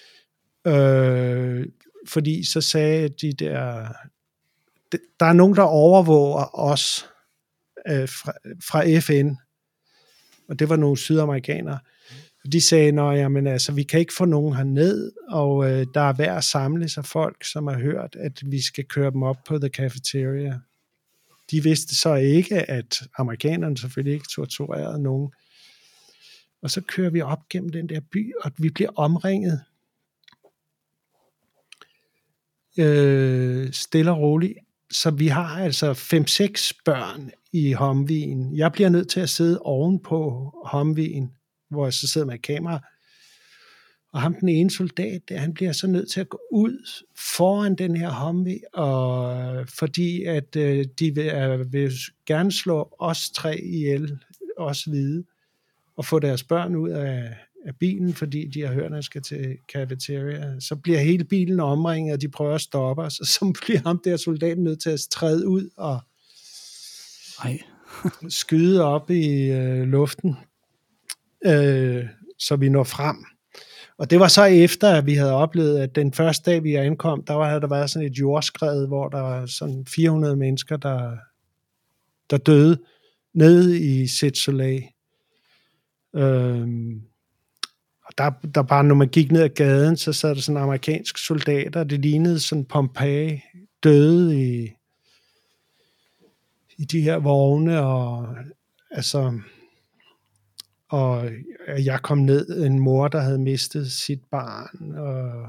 Fordi så sagde de der er nogen, der overvåger os fra FN. Og det var nogle sydamerikanere. De sagde, jamen altså, vi kan ikke få nogen herned, og der er værd at samle sig folk, som har hørt, at vi skal køre dem op på The Cafeteria. De vidste så ikke, at amerikanerne selvfølgelig ikke torturerede nogen. Og så kører vi op gennem den der by, og vi bliver omringet. Stille og roligt. Så vi har altså 5-6 børn i Humvee'en. Jeg bliver nødt til at sidde oven på Humvee'en, hvor jeg så sidder med et kamera. Og ham, den ene soldat, han bliver så nødt til at gå ud foran den her Humvee, og fordi at de vil gerne slå os 3 ihjel, os hvide, og få deres børn ud af bilen, fordi de har hørt, at de skal til cafeteria. Så bliver hele bilen omringet, og de prøver at stoppe os, og så bliver ham der soldaten nødt til at træde ud og skyde op i luften, så vi når frem. Og det var så efter, at vi havde oplevet, at den første dag, vi ankom, havde der været sådan et jordskred, hvor der var sådan 400 mennesker, der døde nede i Sète-Soleil. Og der bare, når man gik ned ad gaden, så sad der sådan amerikanske soldater, det lignede sådan Pompeji, døde i de her vogne, og jeg kom ned, en mor, der havde mistet sit barn, og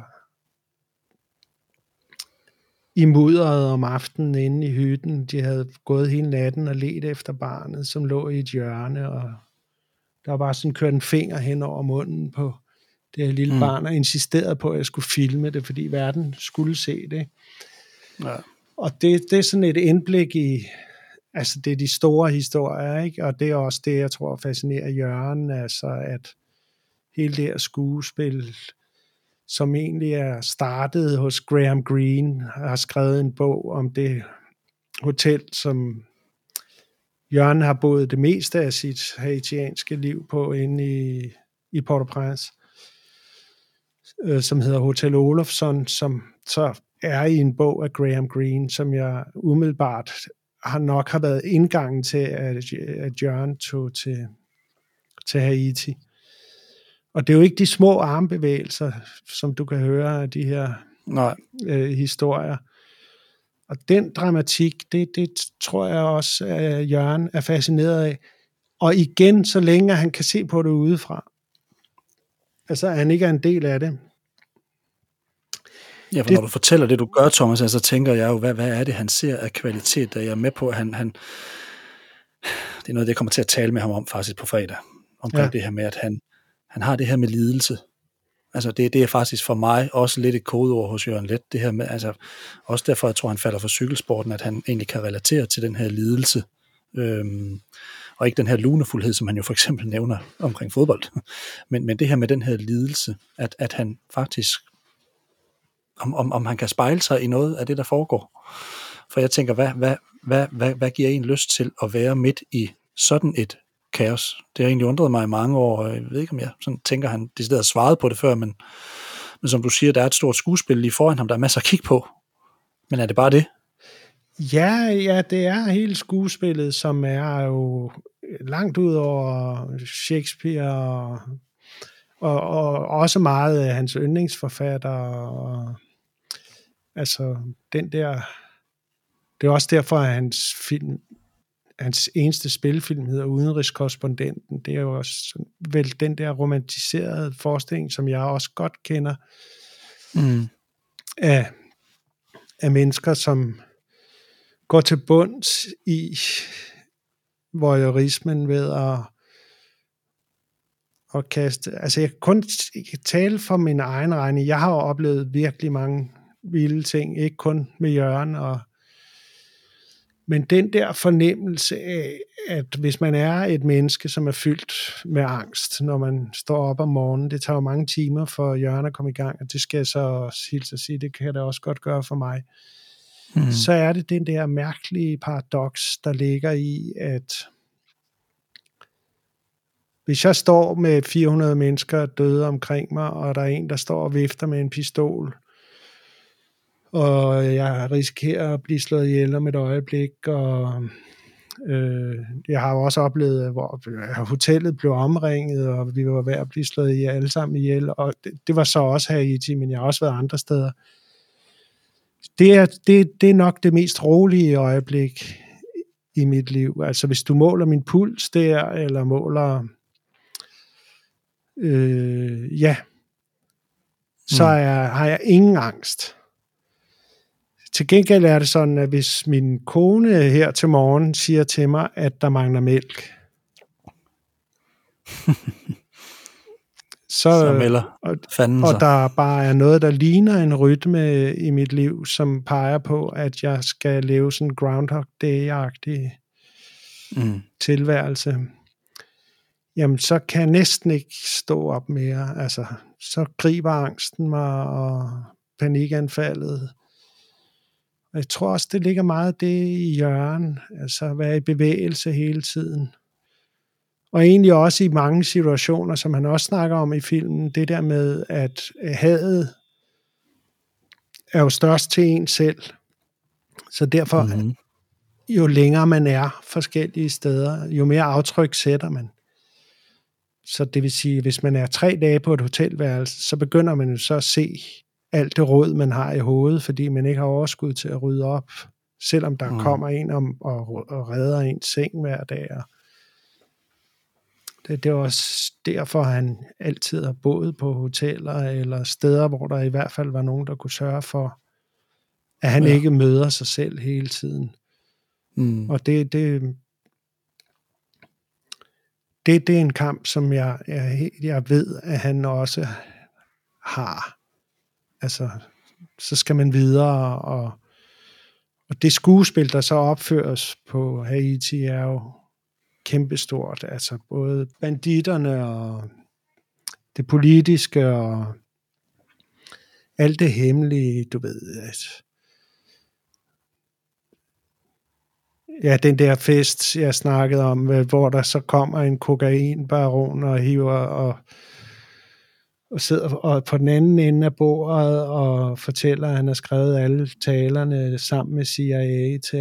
i mudderet om aftenen inde i hytten. De havde gået hele natten og ledt efter barnet, som lå i et hjørne, og der var bare sådan kørt en finger hen over munden på det her lille barn, og insisterede på, at jeg skulle filme det, fordi verden skulle se det. Ja. Og det er sådan et indblik i, altså det er de store historier, ikke? Og det er også det, jeg tror fascinerer Jørgen, altså at hele det her skuespil, som egentlig er startet hos Graham Greene, har skrevet en bog om det hotel, som Jørgen har boet det meste af sit haitianske liv på inde i Port-au-Prince, som hedder Hotel Olofsson, som så er i en bog af Graham Greene, som jeg umiddelbart har været indgangen til, at Jørgen tog til Haiti. Og det er jo ikke de små armbevægelser, som du kan høre af de her historier. Og den dramatik, det tror jeg også, at Jørgen er fascineret af. Og igen, så længe han kan se på det udefra. Altså, han ikke er en del af det. Ja, for når du fortæller det, du gør, Thomas, så tænker jeg jo, hvad er det, han ser af kvalitet? Jeg er med på, at han det er noget, jeg kommer til at tale med ham om faktisk på fredag. Omkring det her med, at han har det her med lidelse. Altså, det er faktisk for mig også lidt et kodeord hos Jørgen Leth, det her med, altså, også derfor, jeg tror, han falder for cykelsporten, at han egentlig kan relatere til den her lidelse. Og ikke den her lunefuldhed, som han jo for eksempel nævner omkring fodbold. Men det her med den her lidelse, at han faktisk, om han kan spejle sig i noget af det, der foregår. For jeg tænker, hvad giver en lyst til at være midt i sådan et kaos? Det har egentlig undret mig i mange år, og jeg ved ikke, om jeg sådan tænker, han decideret svaret på det før, men som du siger, der er et stort skuespil lige foran ham, der er masser at kigge på. Men er det bare det? Ja, det er hele skuespillet, som er jo langt ud over Shakespeare, og også meget af hans yndlingsforfatter, og altså den der, det er også derfor, at hans eneste spilfilm hedder Udenrigskorrespondenten. Det er jo også vel den der romantiserede forestilling, som jeg også godt kender af mennesker, som går til bunds i voyeurismen ved at kaste. Altså jeg kan kun tale for min egen regning. Jeg har jo oplevet virkelig mange vilde ting, ikke kun med Jørgen, men den der fornemmelse af, at hvis man er et menneske, som er fyldt med angst, når man står op om morgenen, det tager jo mange timer for Jørgen at komme i gang, og det skal jeg så hilse at sige, det kan det også godt gøre for mig. Så er det den der mærkelige paradoks, der ligger i, at hvis jeg står med 400 mennesker døde omkring mig, og der er en, der står og vifter med en pistol, og jeg risikerer at blive slået ihjel om et øjeblik, og jeg har jo også oplevet, hvor hotellet blev omringet, og vi var ved at blive slået alle sammen ihjel, og det var så også Haiti, men jeg har også været andre steder. Det er nok det mest rolige øjeblik i mit liv. Altså hvis du måler min puls der, eller måler så har jeg ingen angst. Til gengæld er det sådan, at hvis min kone her til morgen siger til mig, at der mangler mælk, så melder fanden sig. Og der bare er noget, der ligner en rytme i mit liv, som peger på, at jeg skal leve sådan en Groundhog Day-agtig tilværelse. Jamen, så kan jeg næsten ikke stå op mere. Altså, så griber angsten mig, og panikanfaldet. Og jeg tror også, det ligger meget det i Jørgen. Altså, at være i bevægelse hele tiden. Og egentlig også i mange situationer, som han også snakker om i filmen, det der med, at hadet er jo størst til en selv. Så derfor, jo længere man er forskellige steder, jo mere aftryk sætter man. Så det vil sige, hvis man er 3 dage på et hotelværelse, så begynder man jo så at se alt det råd, man har i hovedet, fordi man ikke har overskud til at rydde op, selvom der kommer en og redder ens seng hver dag. Det er også derfor, han altid har boet på hoteller eller steder, hvor der i hvert fald var nogen, der kunne sørge for, at han ikke møder sig selv hele tiden. Og det er en kamp, som jeg ved, at han også har. Altså, så skal man videre, og det skuespil, der så opføres på Haiti, er jo kæmpestort. Altså både banditterne og det politiske og alt det hemmelige, du ved. Ja, den der fest, jeg snakkede om, hvor der så kommer en kokainbaron og hiver og sidder og på den anden ende af bordet og fortæller, at han har skrevet alle talerne sammen med CIA til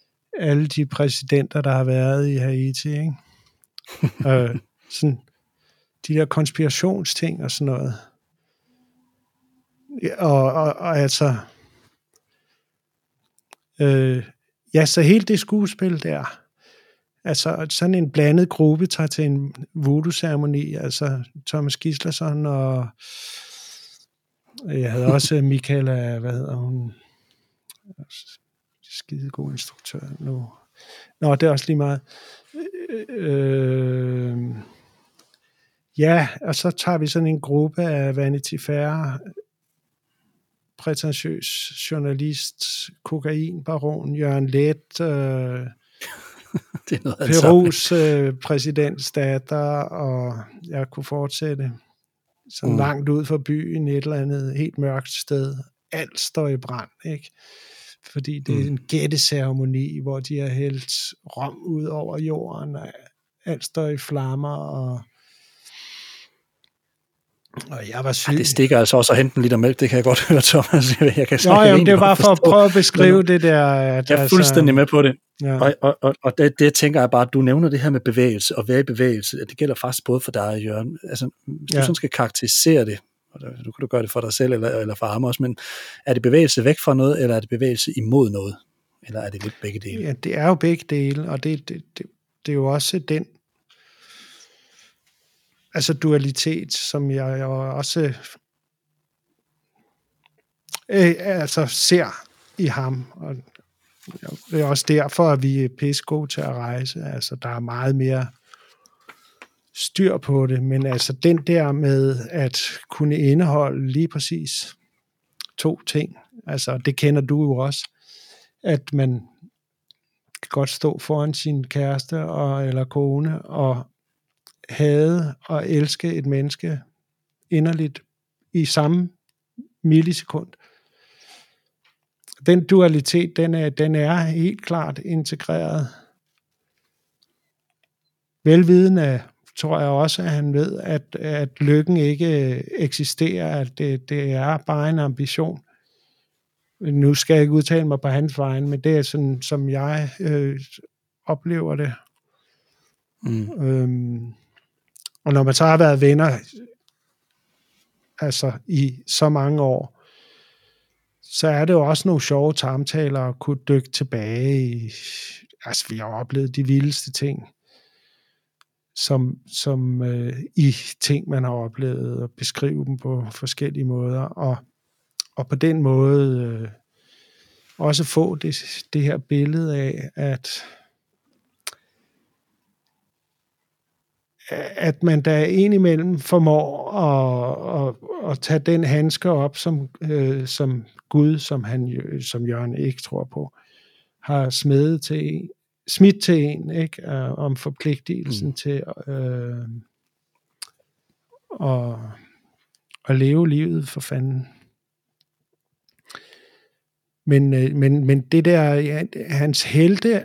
alle de præsidenter, der har været i Haiti, ikke? Sådan. de der konspirationsting og sådan noget. Og altså, ja, så hele det skuespil der, altså sådan en blandet gruppe tager til en voodoo-ceremoni, altså Thomas Gíslason, og jeg havde også Michaela, hvad hedder hun, skidegod instruktør nu. Nå, det er også lige meget. Ja, og så tager vi sådan en gruppe af Vanity Fair, prætentiøs journalist, kokainbaron, Jørgen Leth, Perus præsidentsdatter, og jeg kunne fortsætte så langt ud fra byen, et eller andet helt mørkt sted. Alt står i brand, ikke? Fordi det er en gætteceremoni, hvor de har hældt rom ud over jorden, og alt står i flammer, og jeg var syg. Ja, det stikker altså også at hente en liter mælk, det kan jeg godt høre, Thomas. Jeg kan jamen, det er bare for at prøve at beskrive det der. Jeg er fuldstændig med på det. Ja. Og det tænker jeg bare, at du nævner det her med bevægelse, og være i bevægelse, det gælder faktisk både for dig og Jørgen. Altså, hvis du sådan skal karakterisere det, og du kan gøre det for dig selv, eller for ham også, men er det bevægelse væk fra noget, eller er det bevægelse imod noget? Eller er det lidt begge dele? Ja, det er jo begge dele, og det er jo også den dualitet, som jeg også altså ser i ham, og det er også derfor, at vi er pisse gode til at rejse. Altså, der er meget mere styr på det, men altså den der med at kunne indeholde lige præcis 2 ting, altså det kender du jo også, at man kan godt stå foran sin kæreste eller kone og hade og elske et menneske inderligt i samme millisekund. Den dualitet, den er helt klart integreret. Velvidende tror jeg også, at han ved, at lykken ikke eksisterer, at det er bare en ambition. Nu skal jeg ikke udtale mig på hans vegne, men det er sådan, som jeg oplever det. Og når man så har været venner altså i så mange år, så er det jo også nogle sjove samtaler at kunne dykke tilbage i. Altså, vi har oplevet de vildeste ting, som i ting, man har oplevet, og beskrive dem på forskellige måder, og på den måde også få det her billede af, at man da indimellem formår at tage den handske op, som Gud, som Jørgen ikke tror på, har smidt til en, ikke? Om forpligtelsen til at leve livet for fanden. Men det der, hans helte,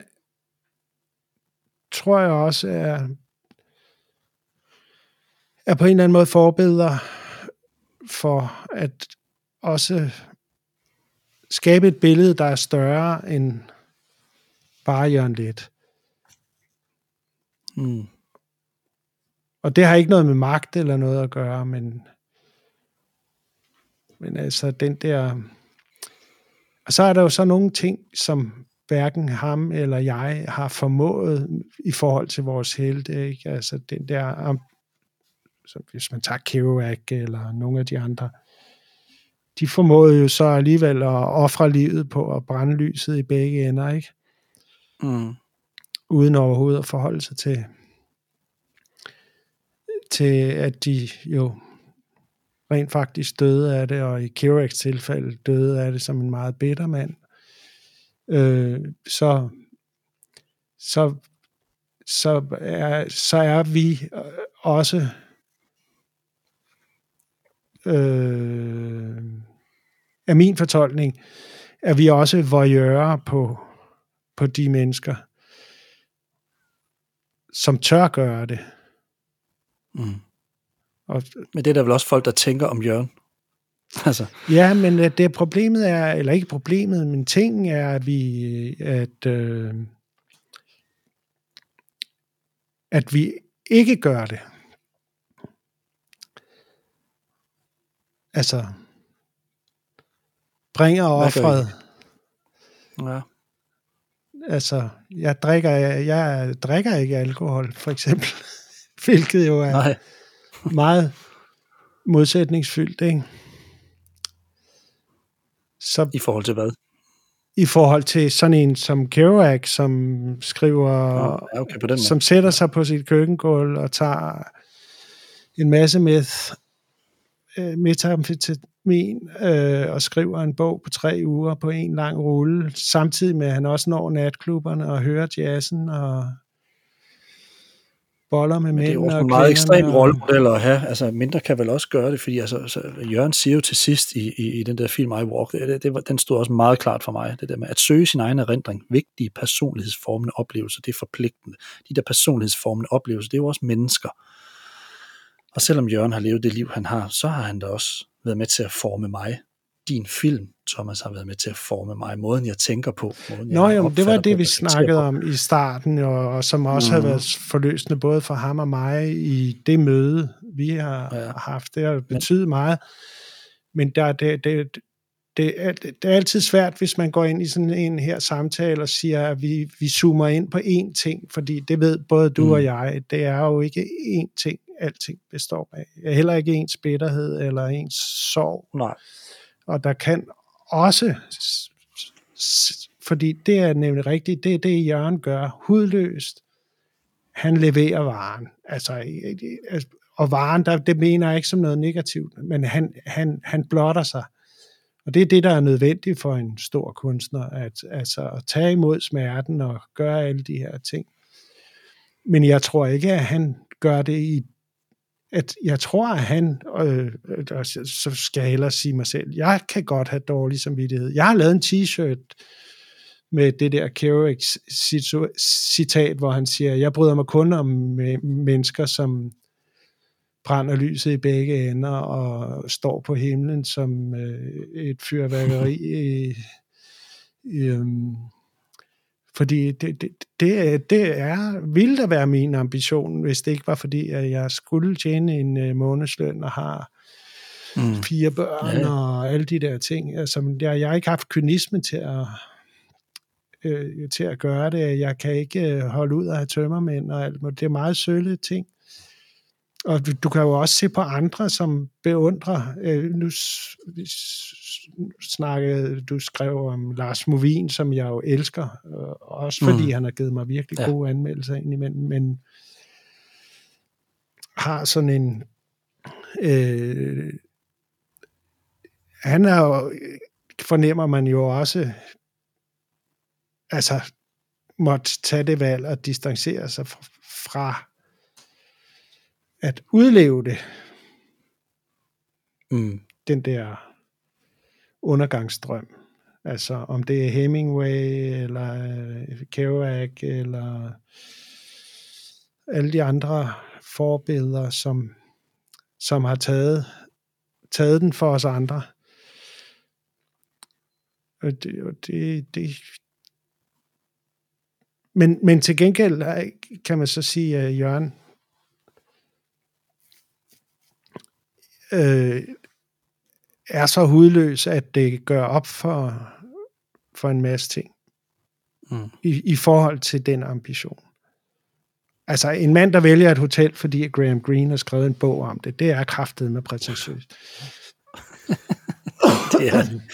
tror jeg også er på en eller anden måde forbilleder for at også skabe et billede, der er større end bare Jørgen Leth. Og det har ikke noget med magt eller noget at gøre, men altså den der. Og så er der jo så nogle ting, som hverken ham eller jeg har formået i forhold til vores helte, ikke? Altså den der, så hvis man tager Kerouac eller nogle af de andre, de formåede jo så alligevel at ofre livet på at brænde lyset i begge ender, ikke? Uden overhovedet at forholde sig til at de jo rent faktisk døde af det, og i Kerouacs tilfælde døde af det som en meget bitter mand. Så er vi også af min fortolkning, er vi også voyeurer på de mennesker, som tør gøre det. Men det er der vel også folk, der tænker om Jørgen. Altså. Ja, men det problemet er, eller ikke problemet, men tingen er, at vi ikke gør det. altså bringer offeret. Ja. Altså, jeg drikker ikke alkohol, for eksempel. Hvilket jo er meget modsætningsfyldt, ikke? Så, i forhold til hvad? I forhold til sådan en som Kerouac, som skriver, okay, på den som sætter sig på sit køkkengulv og tager en masse metamfetamin og skriver en bog på 3 uger på en lang rulle, samtidig med, at han også når natklubberne og hører jazzen og boller med mænd. Det er jo også en meget ekstrem rollemodel at have. Altså, mindre kan vel også gøre det, fordi Jørgen siger jo til sidst i den der film I Walk, den stod også meget klart for mig, det der med at søge sin egen erindring, vigtige personlighedsformende oplevelser, det er forpligtende. De der personlighedsformende oplevelser, det er jo også mennesker. Og selvom Jørgen har levet det liv, han har, så har han da også været med til at forme mig. Din film, Thomas, har været med til at forme mig. Måden, jeg tænker på. Det var det, vi snakkede om i starten, og som også har været forløsende både for ham og mig i det møde, vi har haft. Det har betydet meget. Men det er altid svært, hvis man går ind i sådan en her samtale og siger, at vi zoomer ind på én ting, fordi det ved både du og jeg, det er jo ikke én ting, alting består af. Heller ikke ens bitterhed eller ens sorg. Nej. Og der kan også, fordi det er nemlig rigtigt, det er det, Jørgen gør, hudløst. Han leverer varen. Og varen, det mener jeg ikke som noget negativt, men han blotter sig. Og det er det, der er nødvendigt for en stor kunstner, at tage imod smerten og gøre alle de her ting. Men jeg tror ikke, at han gør det jeg tror, at han, så skal jeg hellere sige mig selv, jeg kan godt have dårlig samvittighed. Jeg har lavet en t-shirt med det der Kerouac citat, hvor han siger, jeg bryder mig kun om mennesker, som brænder lyset i begge ender og står på himlen som et fyrværkeri. Fordi det ville da være min ambition, hvis det ikke var fordi, at jeg skulle tjene en månedsløn og har 4 børn og alle de der ting. Altså, jeg har ikke haft kynisme til at gøre det. Jeg kan ikke holde ud af at have tømmermænd og alt. Det er meget sølle ting. Og du kan jo også se på andre, som beundrer. Nu du skrev om Lars Movin, som jeg jo elsker, også fordi han har givet mig virkelig gode anmeldelser indimellem, men har sådan en... han er jo, fornemmer man jo også, altså måtte tage det valg og distancere sig fra at udleve det. Den der undergangsdrøm. Altså om det er Hemingway eller Kerouac eller alle de andre forbilleder, som har taget den for os andre. Men til gengæld kan man så sige, at Jørgen er så hudløs, at det gør op for en masse ting i forhold til den ambition. Altså en mand, der vælger et hotel, fordi Graham Greene har skrevet en bog om det, det er kraftedeme prætentiøst. Det er det.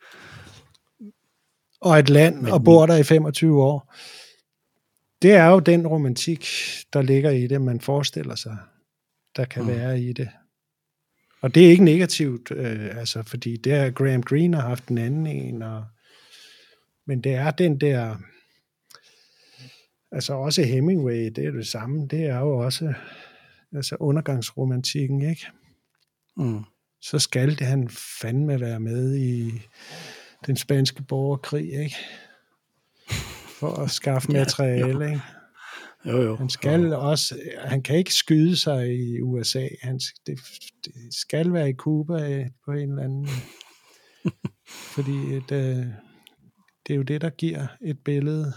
Og et land, og bor der i 25 år. Det er jo den romantik, der ligger i det, man forestiller sig, der kan være i det. Og det er ikke negativt, altså, fordi det er Graham Greene har haft en anden en, men det er den der, altså også Hemingway, det er det samme, det er jo også altså undergangsromantikken, ikke? Så skal det han fandme være med i den spanske borgerkrig, ikke? For at skaffe materiale, ikke? Jo. Han skal også, han kan ikke skyde sig i USA. Det skal være i Cuba på en eller anden. Fordi det er jo det, der giver et billede.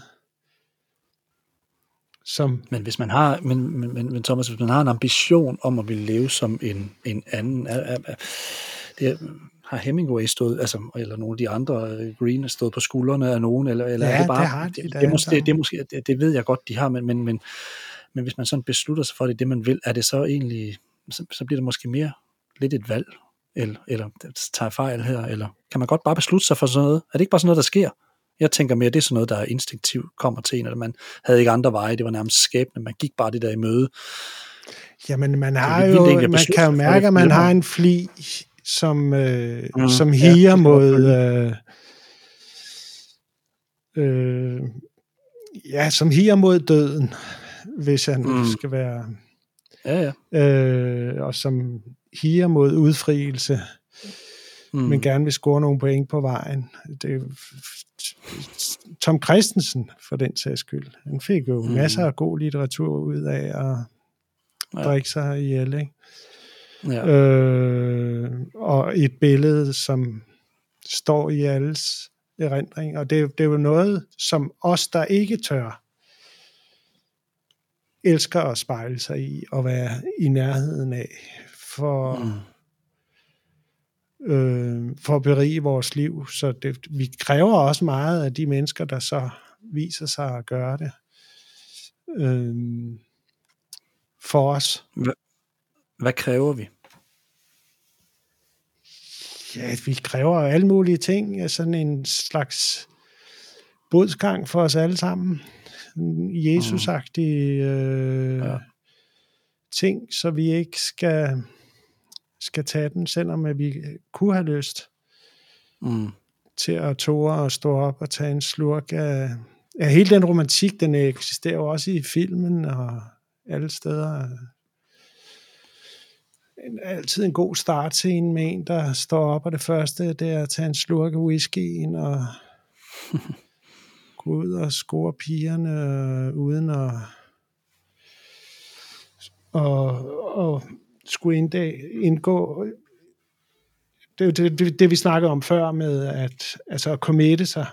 Som... Men hvis man har, men Thomas, hvis man har en ambition om at ville leve som en anden, har Hemingway stået, altså, eller nogle af de andre, Green, stået på skuldrene af nogen, eller Ja, er det bare, det har de det ved jeg godt, de har, men hvis man sådan beslutter sig for det man vil, er det så egentlig, så bliver det måske mere lidt et valg, eller tager fejl her, eller kan man godt bare beslutte sig for sådan noget? Er det ikke bare sådan noget, der sker? Jeg tænker mere, det er sådan noget, der instinktivt kommer til en, eller man havde ikke andre veje, det var nærmest skæbne, man gik bare det der i møde. Jamen, man kan jo mærke, at man har en fli, som higer mod som higer mod døden, hvis han skal være og som higer mod udfrielse, men gerne vil score nogle point på vejen. Det er Tom Christensen, for den sags skyld. Han fik jo masser af god litteratur ud af at drikke sig ihjel, ikke? Ja. Og et billede, som står i alles erindring, og det er jo noget, som os, der ikke tør, elsker at spejle sig i, og være i nærheden af, for at berige vores liv. Så vi kræver også meget af de mennesker, der så viser sig at gøre det for os. Hvad kræver vi? Ja, vi kræver alle mulige ting. Sådan en slags bodsgang for os alle sammen. Jesus-agtige ting, så vi ikke skal tage den, selvom at vi kunne have lyst til at tåre og stå op og tage en slurk af hele den romantik, den eksisterer jo også i filmen og alle steder. Altid en god startscene med en, der står op, og det første, det er at tage en slurk af whiskyen og gå ud og score pigerne uden og skulle indgå. Det er det, vi snakkede om før med at committe sig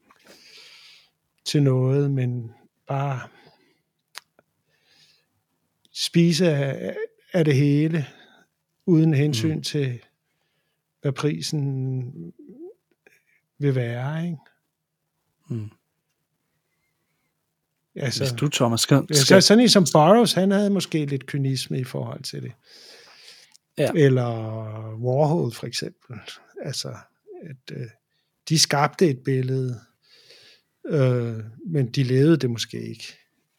til noget, men bare spise af det hele, uden hensyn til, hvad prisen vil være, ikke? Altså, hvis du, Thomas, sådan en som Burroughs, han havde måske lidt kynisme i forhold til det. Ja. Eller Warhol for eksempel. Altså, at de skabte et billede, men de levede det måske ikke.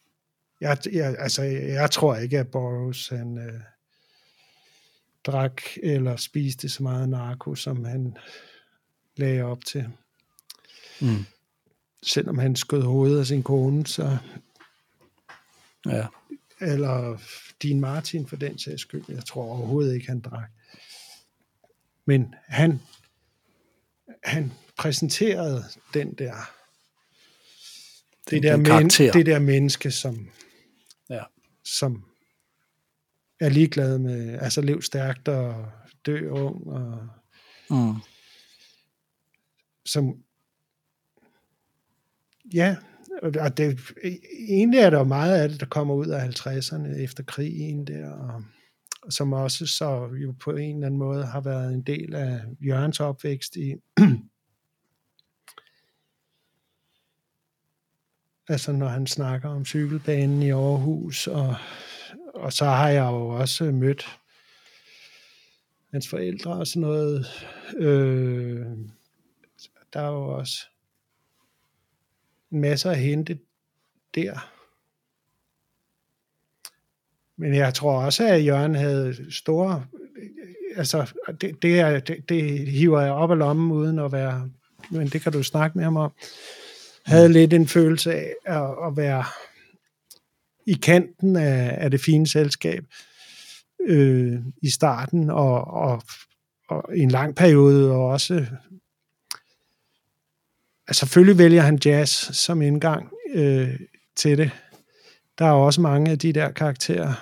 Jeg tror ikke, at Burroughs han drak eller spiste så meget narko, som han lagde op til. Selvom han skød hovedet af sin kone, så eller Dean Martin for den sags skyld. Jeg tror overhovedet ikke, han drak. Men han præsenterede det der menneske, som er ligeglad med, altså lev stærkt og dø ung, og som og det, egentlig er der jo meget af det, der kommer ud af 50'erne efter krigen der, og som også så jo på en eller anden måde har været en del af Jørgens opvækst i altså når han snakker om cykelbanen i Aarhus, og så har jeg jo også mødt hans forældre og sådan noget. Der er jo også en masse at hente der. Men jeg tror også, at Jørgen havde store, altså det hiver jeg op af lommen uden at være, men det kan du snakke med ham om, havde lidt en følelse af at være i kanten af det fine selskab i starten, og i en lang periode, og også altså selvfølgelig vælger han jazz som indgang til det. Der er også mange af de der karakterer.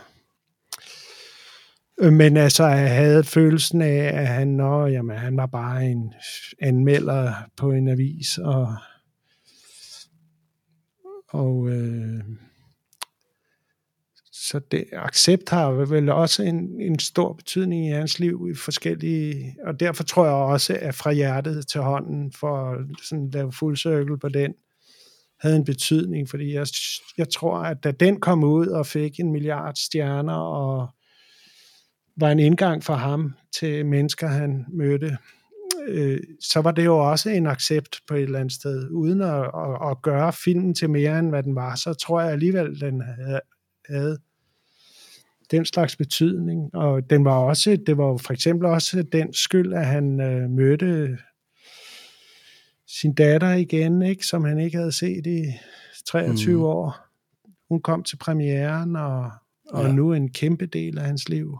Men altså, jeg havde følelsen af, at han var bare en anmelder på en avis, og så det, accept har vel også en stor betydning i hans liv i forskellige, og derfor tror jeg også, at fra hjertet til hånden, for sådan at lave fuld cirkel på den, havde en betydning, fordi jeg tror, at da den kom ud og fik 1 milliard stjerner, og var en indgang for ham til mennesker, han mødte, så var det jo også en accept på et eller andet sted. Uden at gøre filmen til mere, end hvad den var, så tror jeg alligevel, den havde den slags betydning. Og det var jo for eksempel også den skyld, at han mødte sin datter igen, ikke, som han ikke havde set i 23 år. Hun kom til premieren, og nu en kæmpe del af hans liv.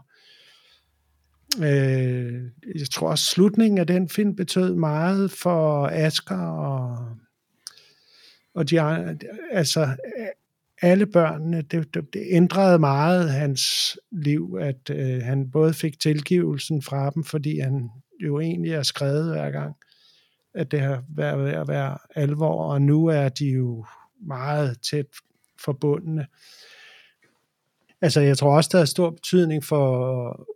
Jeg tror også, slutningen af den film betød meget for Asger og de andre, altså alle børnene. Det ændrede meget hans liv, at han både fik tilgivelsen fra dem, fordi han jo egentlig er skrevet hver gang, at det har været ved at være alvor, og nu er de jo meget tæt forbundne. Altså, jeg tror også, der er stor betydning for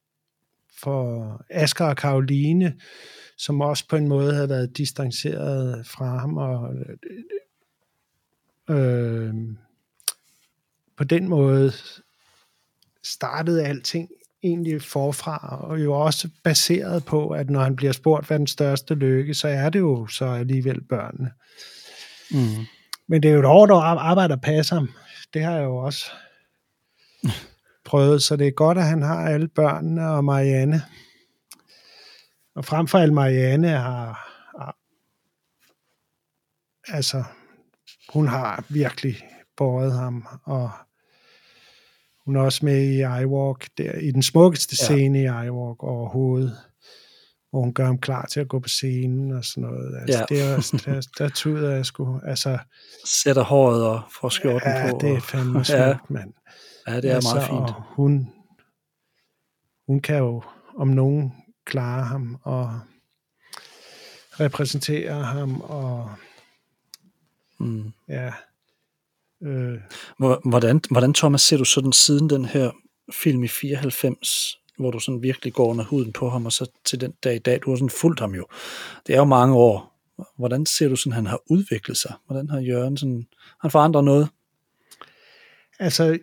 Asger og Caroline, som også på en måde havde været distanceret fra ham, og på den måde startede alting egentlig forfra, og jo også baseret på, at når han bliver spurgt, hvad den største lykke, så er det jo så alligevel børnene. Men det er jo et hårdt arbejde at passe ham. Det har jeg jo også prøvet, så det er godt, at han har alle børnene og Marianne. Og frem for alt Marianne altså, hun har virkelig båret ham, og hun er også med i iWalk, der, i den smukkeste scene i iWalk overhovedet, hvor hun gør ham klar til at gå på scenen og sådan noget. Altså, det er der tuder jeg sgu. Altså, sætter håret og får skjorten på. Ja, det er fandme smukt, mand. Ja, det er altså, meget fint. Og hun kan jo om nogen klare ham og repræsentere ham og ja. Hvordan, Thomas, ser du sådan siden den her film i 94, hvor du sådan virkelig går under huden på ham, og så til den dag i dag, du har sådan fulgt ham jo. Det er jo mange år. Hvordan ser du sådan, han har udviklet sig? Hvordan har Jørgen sådan, han forandret noget? Altså,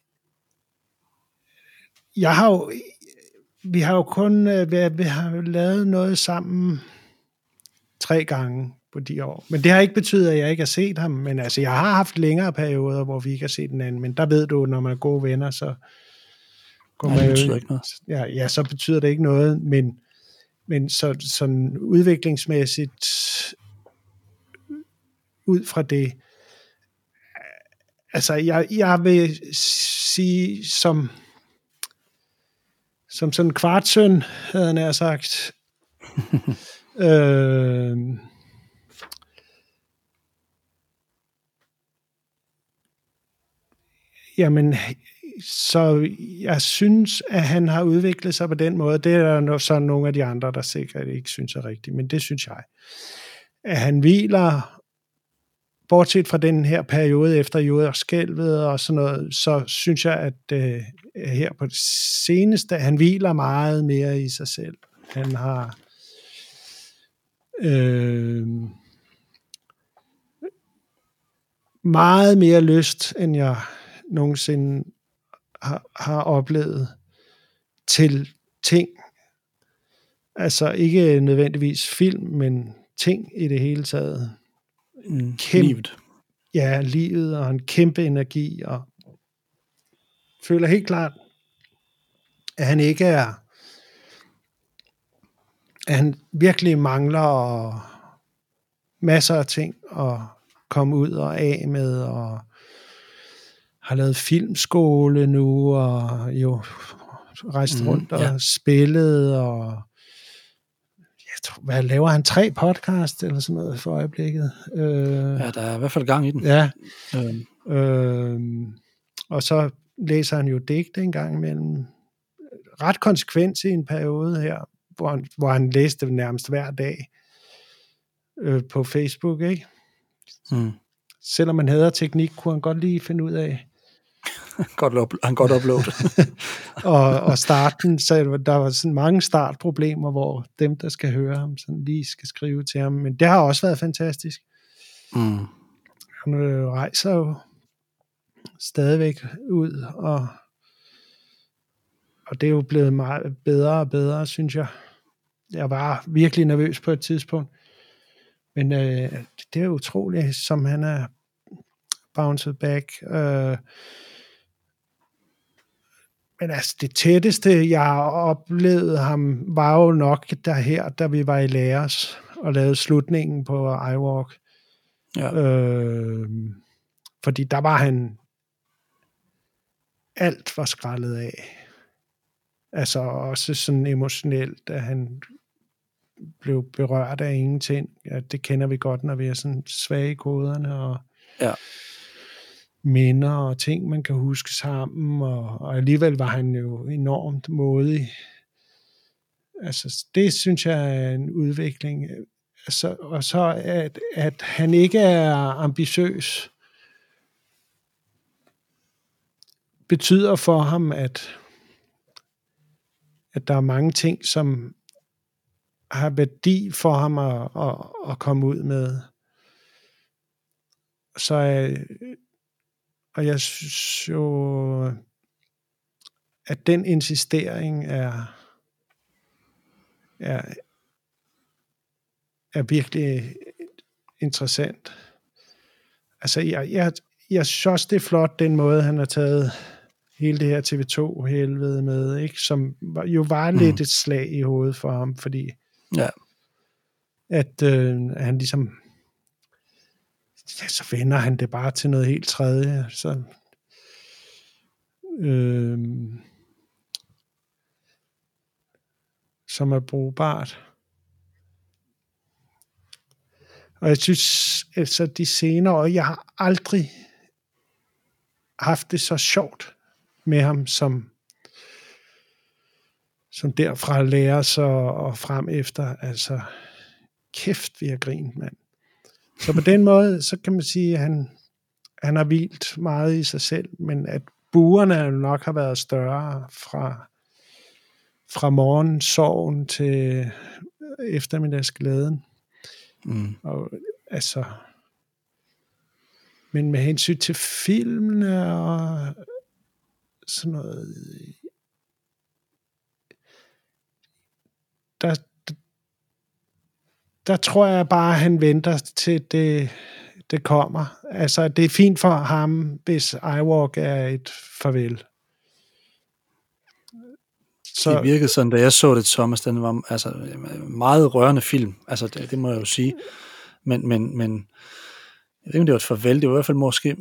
vi har jo kun vi har lavet noget sammen 3 gange på de år. Men det har ikke betydet, at jeg ikke har set ham. Men altså, jeg har haft længere perioder, hvor vi ikke har set den anden. Men der ved du, når man er gode venner, så går man det betyder ikke noget. Ja, så betyder det ikke noget. Men så, sådan udviklingsmæssigt ud fra det, altså jeg vil sige, som sådan en kvartsøn, havde jeg nær sagt. Jamen, så jeg synes, at han har udviklet sig på den måde. Det er der så nogle af de andre, der sikkert ikke synes er rigtigt, men det synes jeg. At han hviler, bortset fra den her periode efter jordskælvet og sådan noget, så synes jeg, at her på det seneste, han hviler meget mere i sig selv. Han har meget mere lyst, end jeg nogensinde har oplevet til ting. Altså ikke nødvendigvis film, men ting i det hele taget. Livet. Ja, livet og en kæmpe energi, og føler helt klart, at han ikke er, at han virkelig mangler masser af ting at komme ud og af med, og har lavet filmskole nu, og jo rejst rundt og spillet, og jeg tror, hvad laver han, 3 podcast eller sådan noget for øjeblikket? Ja, der er i hvert fald gang i den. Ja. Og så læser han jo digte en gang imellem. Ret konsekvent i en periode her, hvor han læste det nærmest hver dag på Facebook, ikke? Selvom man hader teknik, kunne han godt lige finde ud af Han godt upload. og starten, så der var sådan mange startproblemer, hvor dem, der skal høre ham, sådan lige skal skrive til ham. Men det har også været fantastisk. Mm. Han rejser jo stadigvæk ud, og det er jo blevet meget bedre og bedre, synes jeg. Jeg var virkelig nervøs på et tidspunkt. Men det er utroligt, som han er bounced back. Men altså, det tætteste, jeg har oplevet ham, var jo nok da vi var i Laos og lavede slutningen på iWalk. Ja. Fordi der var han alt var skrællet af. Altså også sådan emotionelt, at han blev berørt af ingenting. Ja, det kender vi godt, når vi er sådan svage i koderne, og minder og ting, man kan huske sammen, og alligevel var han jo enormt modig. Altså, det synes jeg er en udvikling. Altså, og så, at han ikke er ambitiøs, betyder for ham, at der er mange ting, som har værdi for ham at komme ud med. Så og jeg synes jo, at den insistering er virkelig interessant. Altså, jeg synes også, det er flot, den måde, han har taget hele det her TV2-helvede med, ikke? Som jo var lidt et slag i hovedet for ham, fordi at han ligesom, ja, så vender han det bare til noget helt tredje, så som er brugbart. Og jeg synes, altså de senere år, jeg har aldrig haft det så sjovt med ham, som derfra lærer sig og frem efter. Altså, kæft, vi har grint, mand. Så på den måde, så kan man sige, at han har hvilt meget i sig selv, men at buerne nok har været større fra morgensorgen til eftermiddagsglæden. Og altså, men med hensyn til filmene og sådan noget, der tror jeg bare, at han venter til det kommer. Altså, det er fint for ham, hvis iWalk er et farvel. Så det virkede sådan, da jeg så det, Thomas, den var altså meget rørende film. Altså, det må jeg jo sige. Men jeg ved ikke, om det var et farvel. Det var i hvert fald måske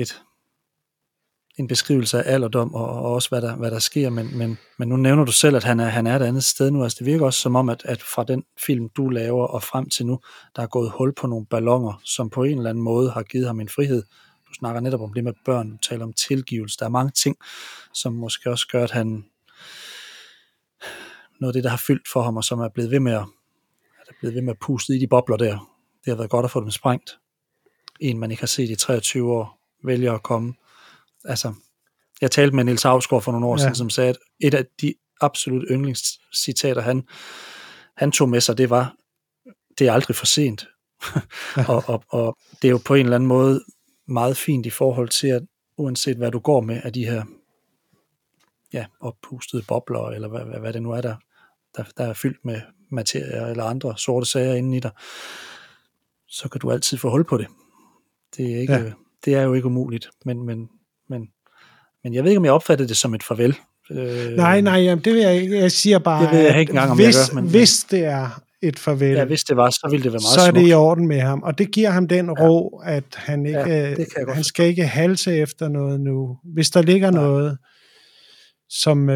en beskrivelse af alderdom, og også, hvad der sker. Men nu nævner du selv, at han er et andet sted nu. Altså, det virker også som om, at fra den film, du laver, og frem til nu, der er gået hul på nogle balloner, som på en eller anden måde har givet ham en frihed. Du snakker netop om det med børn, du taler om tilgivelse. Der er mange ting, som måske også gør, at han noget af det, der har fyldt for ham, og som er blevet ved med at puste i de bobler der. Det har været godt at få dem sprængt. En, man ikke har set i 23 år, vælger at komme. Altså, jeg talte med Niels Hausgaard for nogle år siden, som sagde, at et af de absolut yndlingscitater, han tog med sig, det var, det er aldrig for sent. og det er jo på en eller anden måde meget fint i forhold til, at uanset hvad du går med af de her oppustede bobler, eller hvad det nu er, der er fyldt med materie eller andre sorte sager inde i dig, så kan du altid få hul på det. Det er jo ikke umuligt, men jeg ved ikke, om jeg opfattede det som et farvel. Nej, jamen, det vil jeg ikke. Jeg siger bare, det ved jeg ikke engang, om jeg gør, hvis det er et farvel, hvis det var, så ville det være meget så er det smukt. i orden med ham, og det giver ham den ro, at han ikke, han skal ikke halse efter noget nu. Hvis der ligger noget, som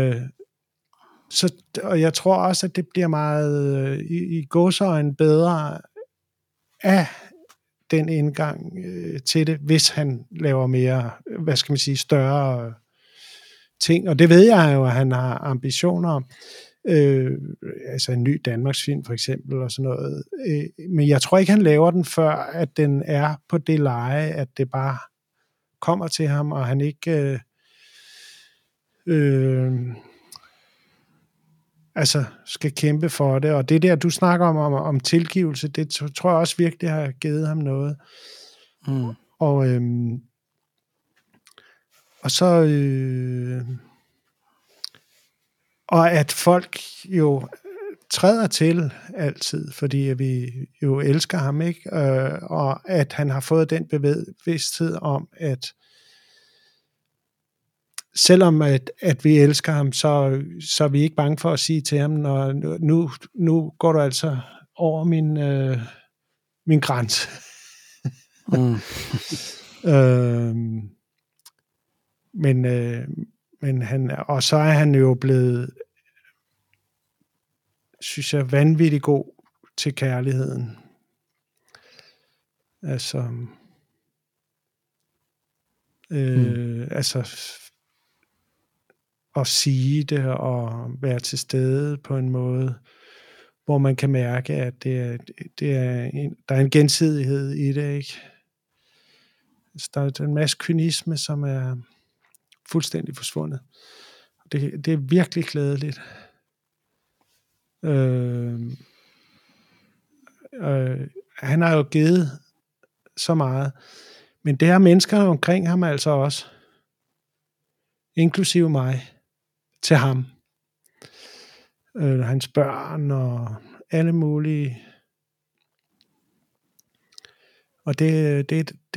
og jeg tror også, at det bliver meget i gåseøjne bedre af den indgang til det, hvis han laver mere, hvad skal man sige, større ting. Og det ved jeg jo, at han har ambitioner om. Altså en ny Danmarksfilm for eksempel, og sådan noget. Men jeg tror ikke, han laver den, før at den er på det leje, at det bare kommer til ham, og han ikke altså skal kæmpe for det, og det der, du snakker om tilgivelse, det tror jeg også virkelig har givet ham noget. Og så og at folk jo træder til altid, fordi vi jo elsker ham, ikke? Og at han har fået den bevidsthed om, at selvom at vi elsker ham, så er vi ikke bange for at sige til ham, når nu går du altså over min grænse. Men og så er han jo blevet, synes jeg, vanvittigt god til kærligheden. Altså at sige det og være til stede på en måde, hvor man kan mærke, at der er en gensidighed i det, ikke? Så der er en masse kynisme, som er fuldstændig forsvundet. Det er virkelig glædeligt. Han har jo givet så meget, men det har menneskerne omkring ham altså også, inklusive mig, til ham. Hans børn og alle mulige. Og det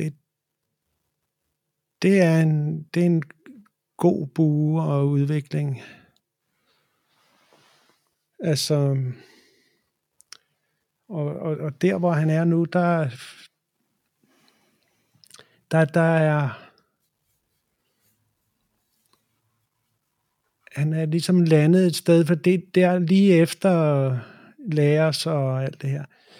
er en god bue og udvikling. Altså, og der hvor han er nu, der er, han er ligesom landet et sted, for det der lige efter Laos og alt det her,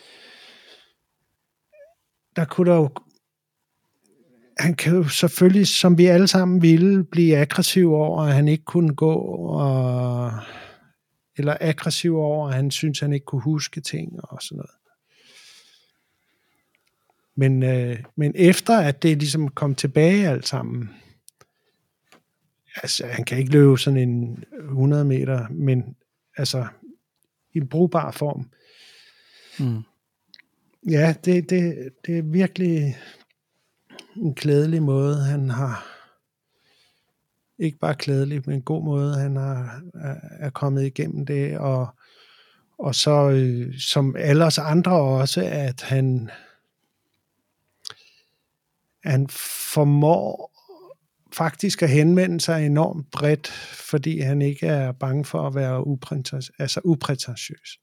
der kunne der jo, han kan jo selvfølgelig, som vi alle sammen ville, blive aggressiv over, at han ikke kunne gå, eller aggressiv over, at han synes, han ikke kunne huske ting og sådan noget. Men efter at det ligesom kom tilbage alt sammen, altså han kan ikke løbe sådan en 100 meter, men altså i en brugbar form. Ja, det er virkelig en glædelig måde, han har, ikke bare glædelig, men en god måde, han er kommet igennem det, og så som alle os andre også, at han formår faktisk at henvende sig enormt bredt, fordi han ikke er bange for at være uprætentiøs.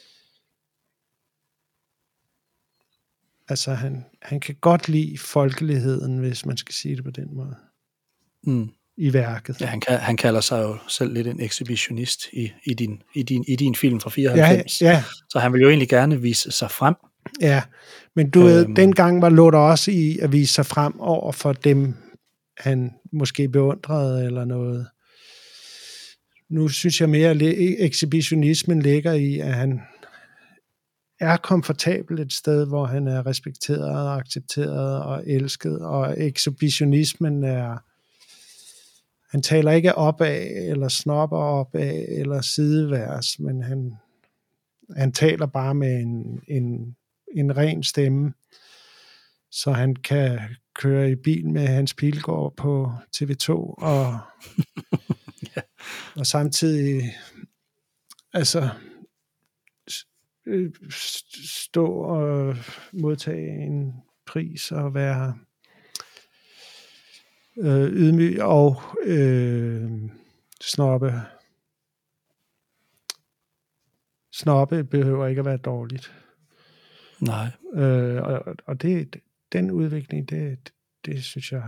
Altså han kan godt lide folkeligheden, hvis man skal sige det på den måde. I værket. Ja, han kalder sig jo selv lidt en ekshibitionist i din film fra 94. Ja. Så han vil jo egentlig gerne vise sig frem. Ja, men du ved, dengang lå der også i at vise sig frem over for dem, han måske beundrede eller noget. Nu synes jeg mere, at ekshibitionismen ligger i, at han er komfortabel et sted, hvor han er respekteret og accepteret og elsket, og ekshibitionismen er, han taler ikke opad, eller snopper opad, eller sideværs, men han taler bare med en ren stemme, så han kan køre i bil med Hans Pilgaard på TV2, og, ja. Og samtidig altså stå og modtage en pris og være ydmyg og snobbe. Snobbe behøver ikke at være dårligt. Nej. Og den udvikling, det synes jeg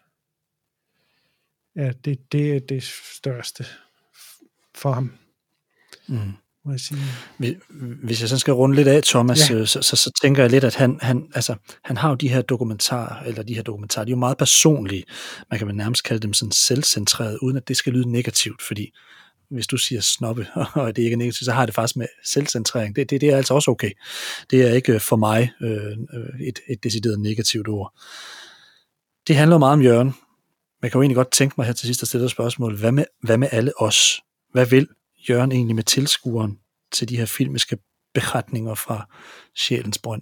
det er det største for ham. Må jeg sige. Hvis jeg så skal runde lidt af, Thomas, ja. så tænker jeg lidt, at han har jo de her dokumentarer, de er jo meget personlige. Man kan vel nærmest kalde dem sådan selvcentreret, uden at det skal lyde negativt, fordi hvis du siger snobbe, og det ikke er negativt, så har det faktisk med selvcentrering. Det er altså også okay. Det er ikke for mig et decideret negativt ord. Det handler meget om Jørgen, Man kan jo egentlig godt tænke mig her til sidst at stille et spørgsmål. Hvad med alle os? Hvad vil Jørgen egentlig med tilskueren til de her filmiske beretninger fra Sjælens Brønd?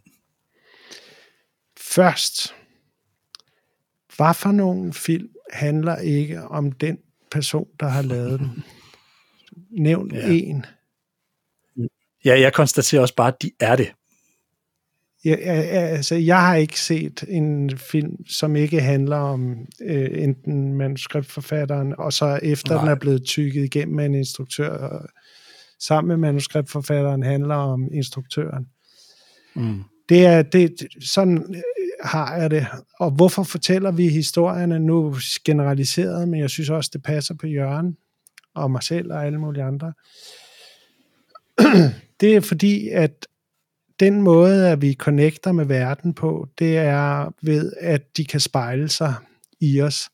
Først, hvad for nogle film handler ikke om den person, der har lavet den? Nævn en. Ja, jeg konstaterer også bare, at de er det. Altså, jeg har ikke set en film, som ikke handler om enten manuskriptforfatteren, og så efter den er blevet tykket igennem af en instruktør, og sammen med manuskriptforfatteren handler om instruktøren. Sådan har jeg det. Og hvorfor fortæller vi historierne nu generaliseret, men jeg synes også, det passer på Jørgen og mig selv og alle mulige andre. Det er fordi, at den måde, at vi connecter med verden på, det er ved, at de kan spejle sig i os.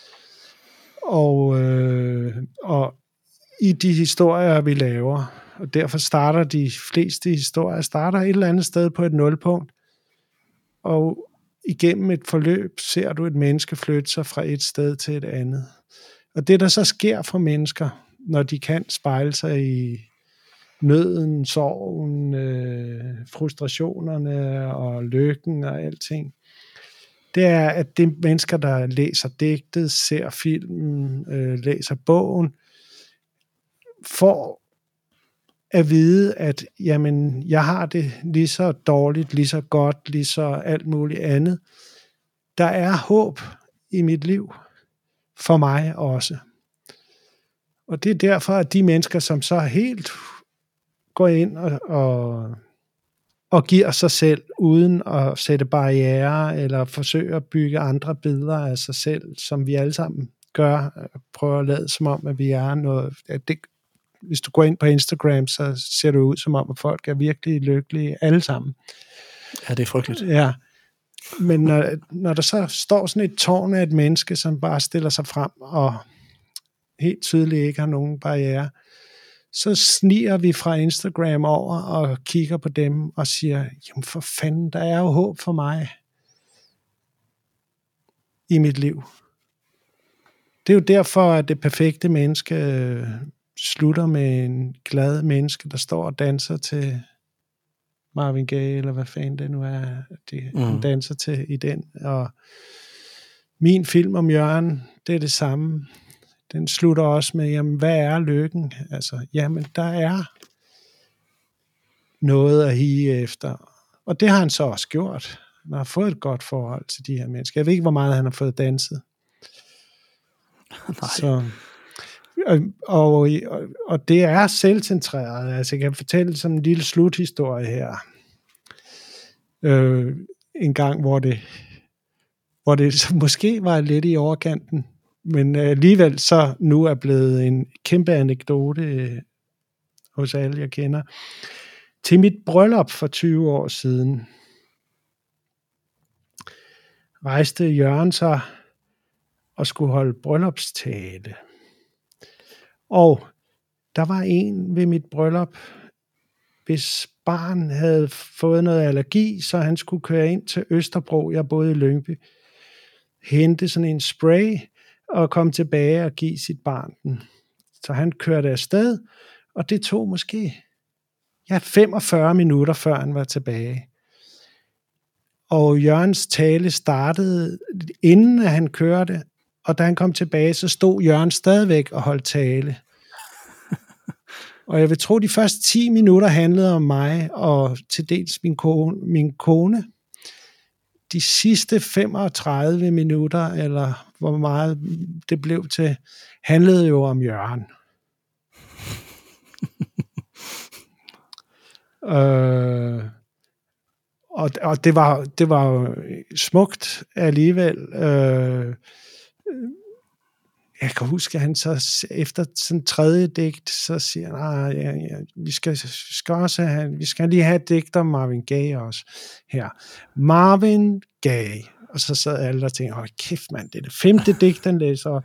Og i de historier, vi laver. Og derfor starter de fleste historier et eller andet sted på et nulpunkt. Og igennem et forløb ser du et menneske flytte sig fra et sted til et andet. Og det, der så sker for mennesker, når de kan spejle sig i nøden, sorgen, frustrationerne og lykken og alting, det er, at det mennesker, der læser digtet, ser filmen, læser bogen, får at vide, at jamen, jeg har det lige så dårligt, lige så godt, lige så alt muligt andet. Der er håb i mit liv, for mig også. Og det er derfor, at de mennesker, som så helt går ind og giver sig selv, uden at sætte barrierer, eller forsøge at bygge andre billeder af sig selv, som vi alle sammen gør, prøver at lade som om, at vi er noget. Hvis du går ind på Instagram, så ser det ud som om, at folk er virkelig lykkelige alle sammen. Ja, det er frygteligt. Ja. Men når der så står sådan et tårn af et menneske, som bare stiller sig frem og helt tydeligt ikke har nogen barriere, så sniger vi fra Instagram over og kigger på dem og siger, jamen for fanden, der er jo håb for mig i mit liv. Det er jo derfor, at det perfekte menneske slutter med en glad menneske, der står og danser til Marvin Gaye, eller hvad fanden det nu er, han danser til i den. Og min film om Jørgen, det er det samme. Den slutter også med, jamen, hvad er lykken? Altså, jamen, der er noget at hige efter. Og det har han så også gjort. Han har fået et godt forhold til de her mennesker. Jeg ved ikke, hvor meget han har fået danset. Nej. Så, og det er selvcentreret. Altså, jeg kan fortælle sådan en lille sluthistorie her. En gang, hvor det så måske var lidt i overkanten, men alligevel så nu er blevet en kæmpe anekdote hos alle, jeg kender. Til mit bryllup for 20 år siden rejste Jørgen sig og skulle holde bryllupstale. Og der var en ved mit bryllup, hvis barn havde fået noget allergi, så han skulle køre ind til Østerbro, jeg boede i Lyngby, hente sådan en spray og komme tilbage og give sit barn den. Så han kørte afsted, og det tog måske 45 minutter, før han var tilbage. Og Jørgens tale startede, inden han kørte, og da han kom tilbage, så stod Jørgen stadigvæk og holdt tale. Og jeg vil tro, de første 10 minutter handlede om mig, og til dels min kone. De sidste 35 minutter, eller hvor meget det blev til, handlede jo om Jørgen. Og det var jo smukt alligevel. Jeg kan huske, at han så efter sådan tredje digt, så siger han, vi skal lige have et digt om Marvin Gaye også her. Marvin Gaye. Og så sad alle og tænkte, kæft mand, det er det 5. digt, han læser.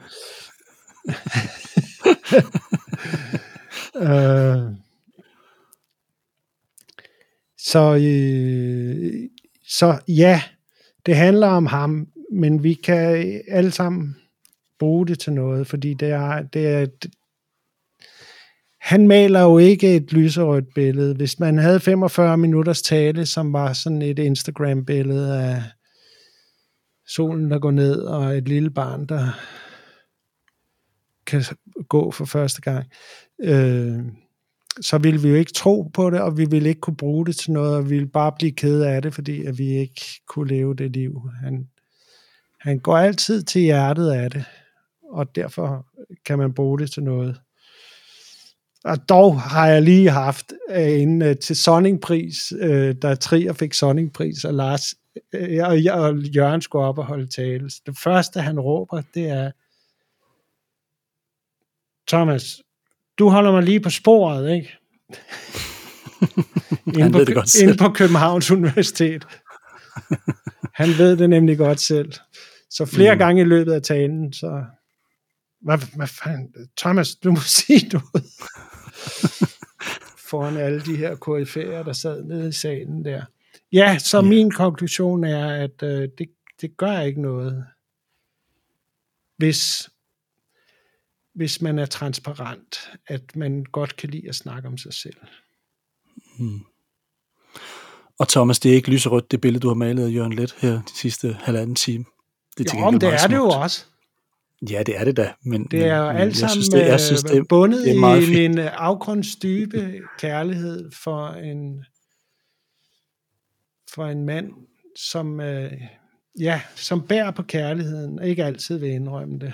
Så ja, det handler om ham, men vi kan alle sammen bruge det til noget, fordi han maler jo ikke et lyserødt billede. Hvis man havde 45 minutters tale, som var sådan et Instagram-billede af solen, der går ned, og et lille barn, der kan gå for første gang, så ville vi jo ikke tro på det, og vi ville ikke kunne bruge det til noget, og vi ville bare blive kede af det, fordi at vi ikke kunne leve det liv. Han går altid til hjertet af det, og derfor kan man bruge det til noget. Og dog har jeg lige haft en til Sonningpris, da Trier fik Sonningpris, og Lars og Jørgen skulle op og holde tale. Det første, han råber, det er: Thomas, du holder mig lige på sporet, ikke? Inde på Københavns Universitet. Han ved det nemlig godt selv. Så flere gange i løbet af talen, så... Hvad fanden? Thomas, du må sige noget. Foran alle de her koryfæer, der sad nede i salen der. Ja, så min konklusion er, at det gør ikke noget, hvis man er transparent, at man godt kan lide at snakke om sig selv. Og Thomas, det er ikke lyserødt, det billede, du har malet af Jørgen Leth her de sidste halvanden time. Det er det jo også. Ja, det er det da. Men, det er jo alt sammen bundet i min afgrundsdybe kærlighed for en mand, som bærer på kærligheden, og ikke altid vil indrømme det.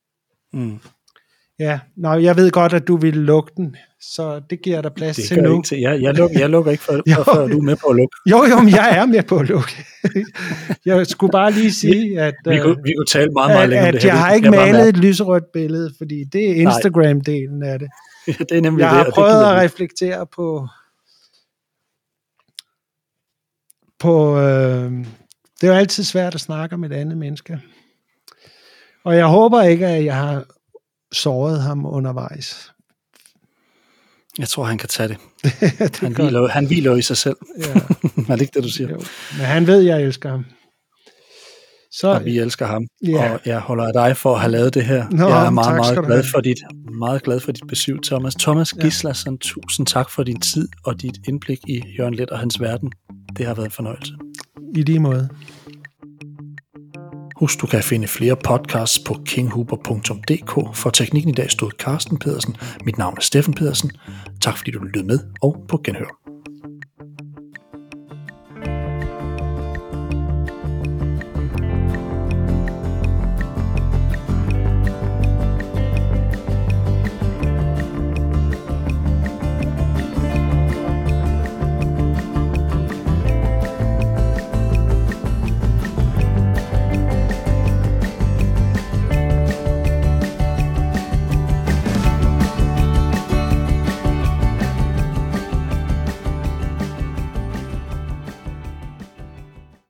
Ja, jeg ved godt, at du ville lukke den, så det giver dig plads til nu. Jeg lukker ikke, før du er med på at lukke. Jo, men jeg er med på at lukke. Jeg skulle bare lige sige, at vi kunne tale meget længere om det her. Jeg har ikke malet et lyserødt billede, fordi det er Instagram-delen af det. Ja, det er nemlig jeg har prøvet at reflektere på det er jo altid svært at snakke om et andet menneske. Og jeg håber ikke, at jeg har såret ham undervejs. Jeg tror, han kan tage det. Han hviler jo i sig selv. Ja. Er det ikke det, du siger? Jo. Men han ved, jeg elsker ham. Og vi elsker ham. Ja. Og jeg holder af dig for at have lavet det her. Jeg er meget glad for dit besøg, Thomas. Thomas Gislason, tusind tak for din tid og dit indblik i Jørgen Leth og hans verden. Det har været en fornøjelse. I lige måde. Husk, du kan finde flere podcasts på kinghuber.dk. For teknikken i dag stod Carsten Pedersen. Mit navn er Steffen Pedersen. Tak fordi du lyttede med, og på genhør.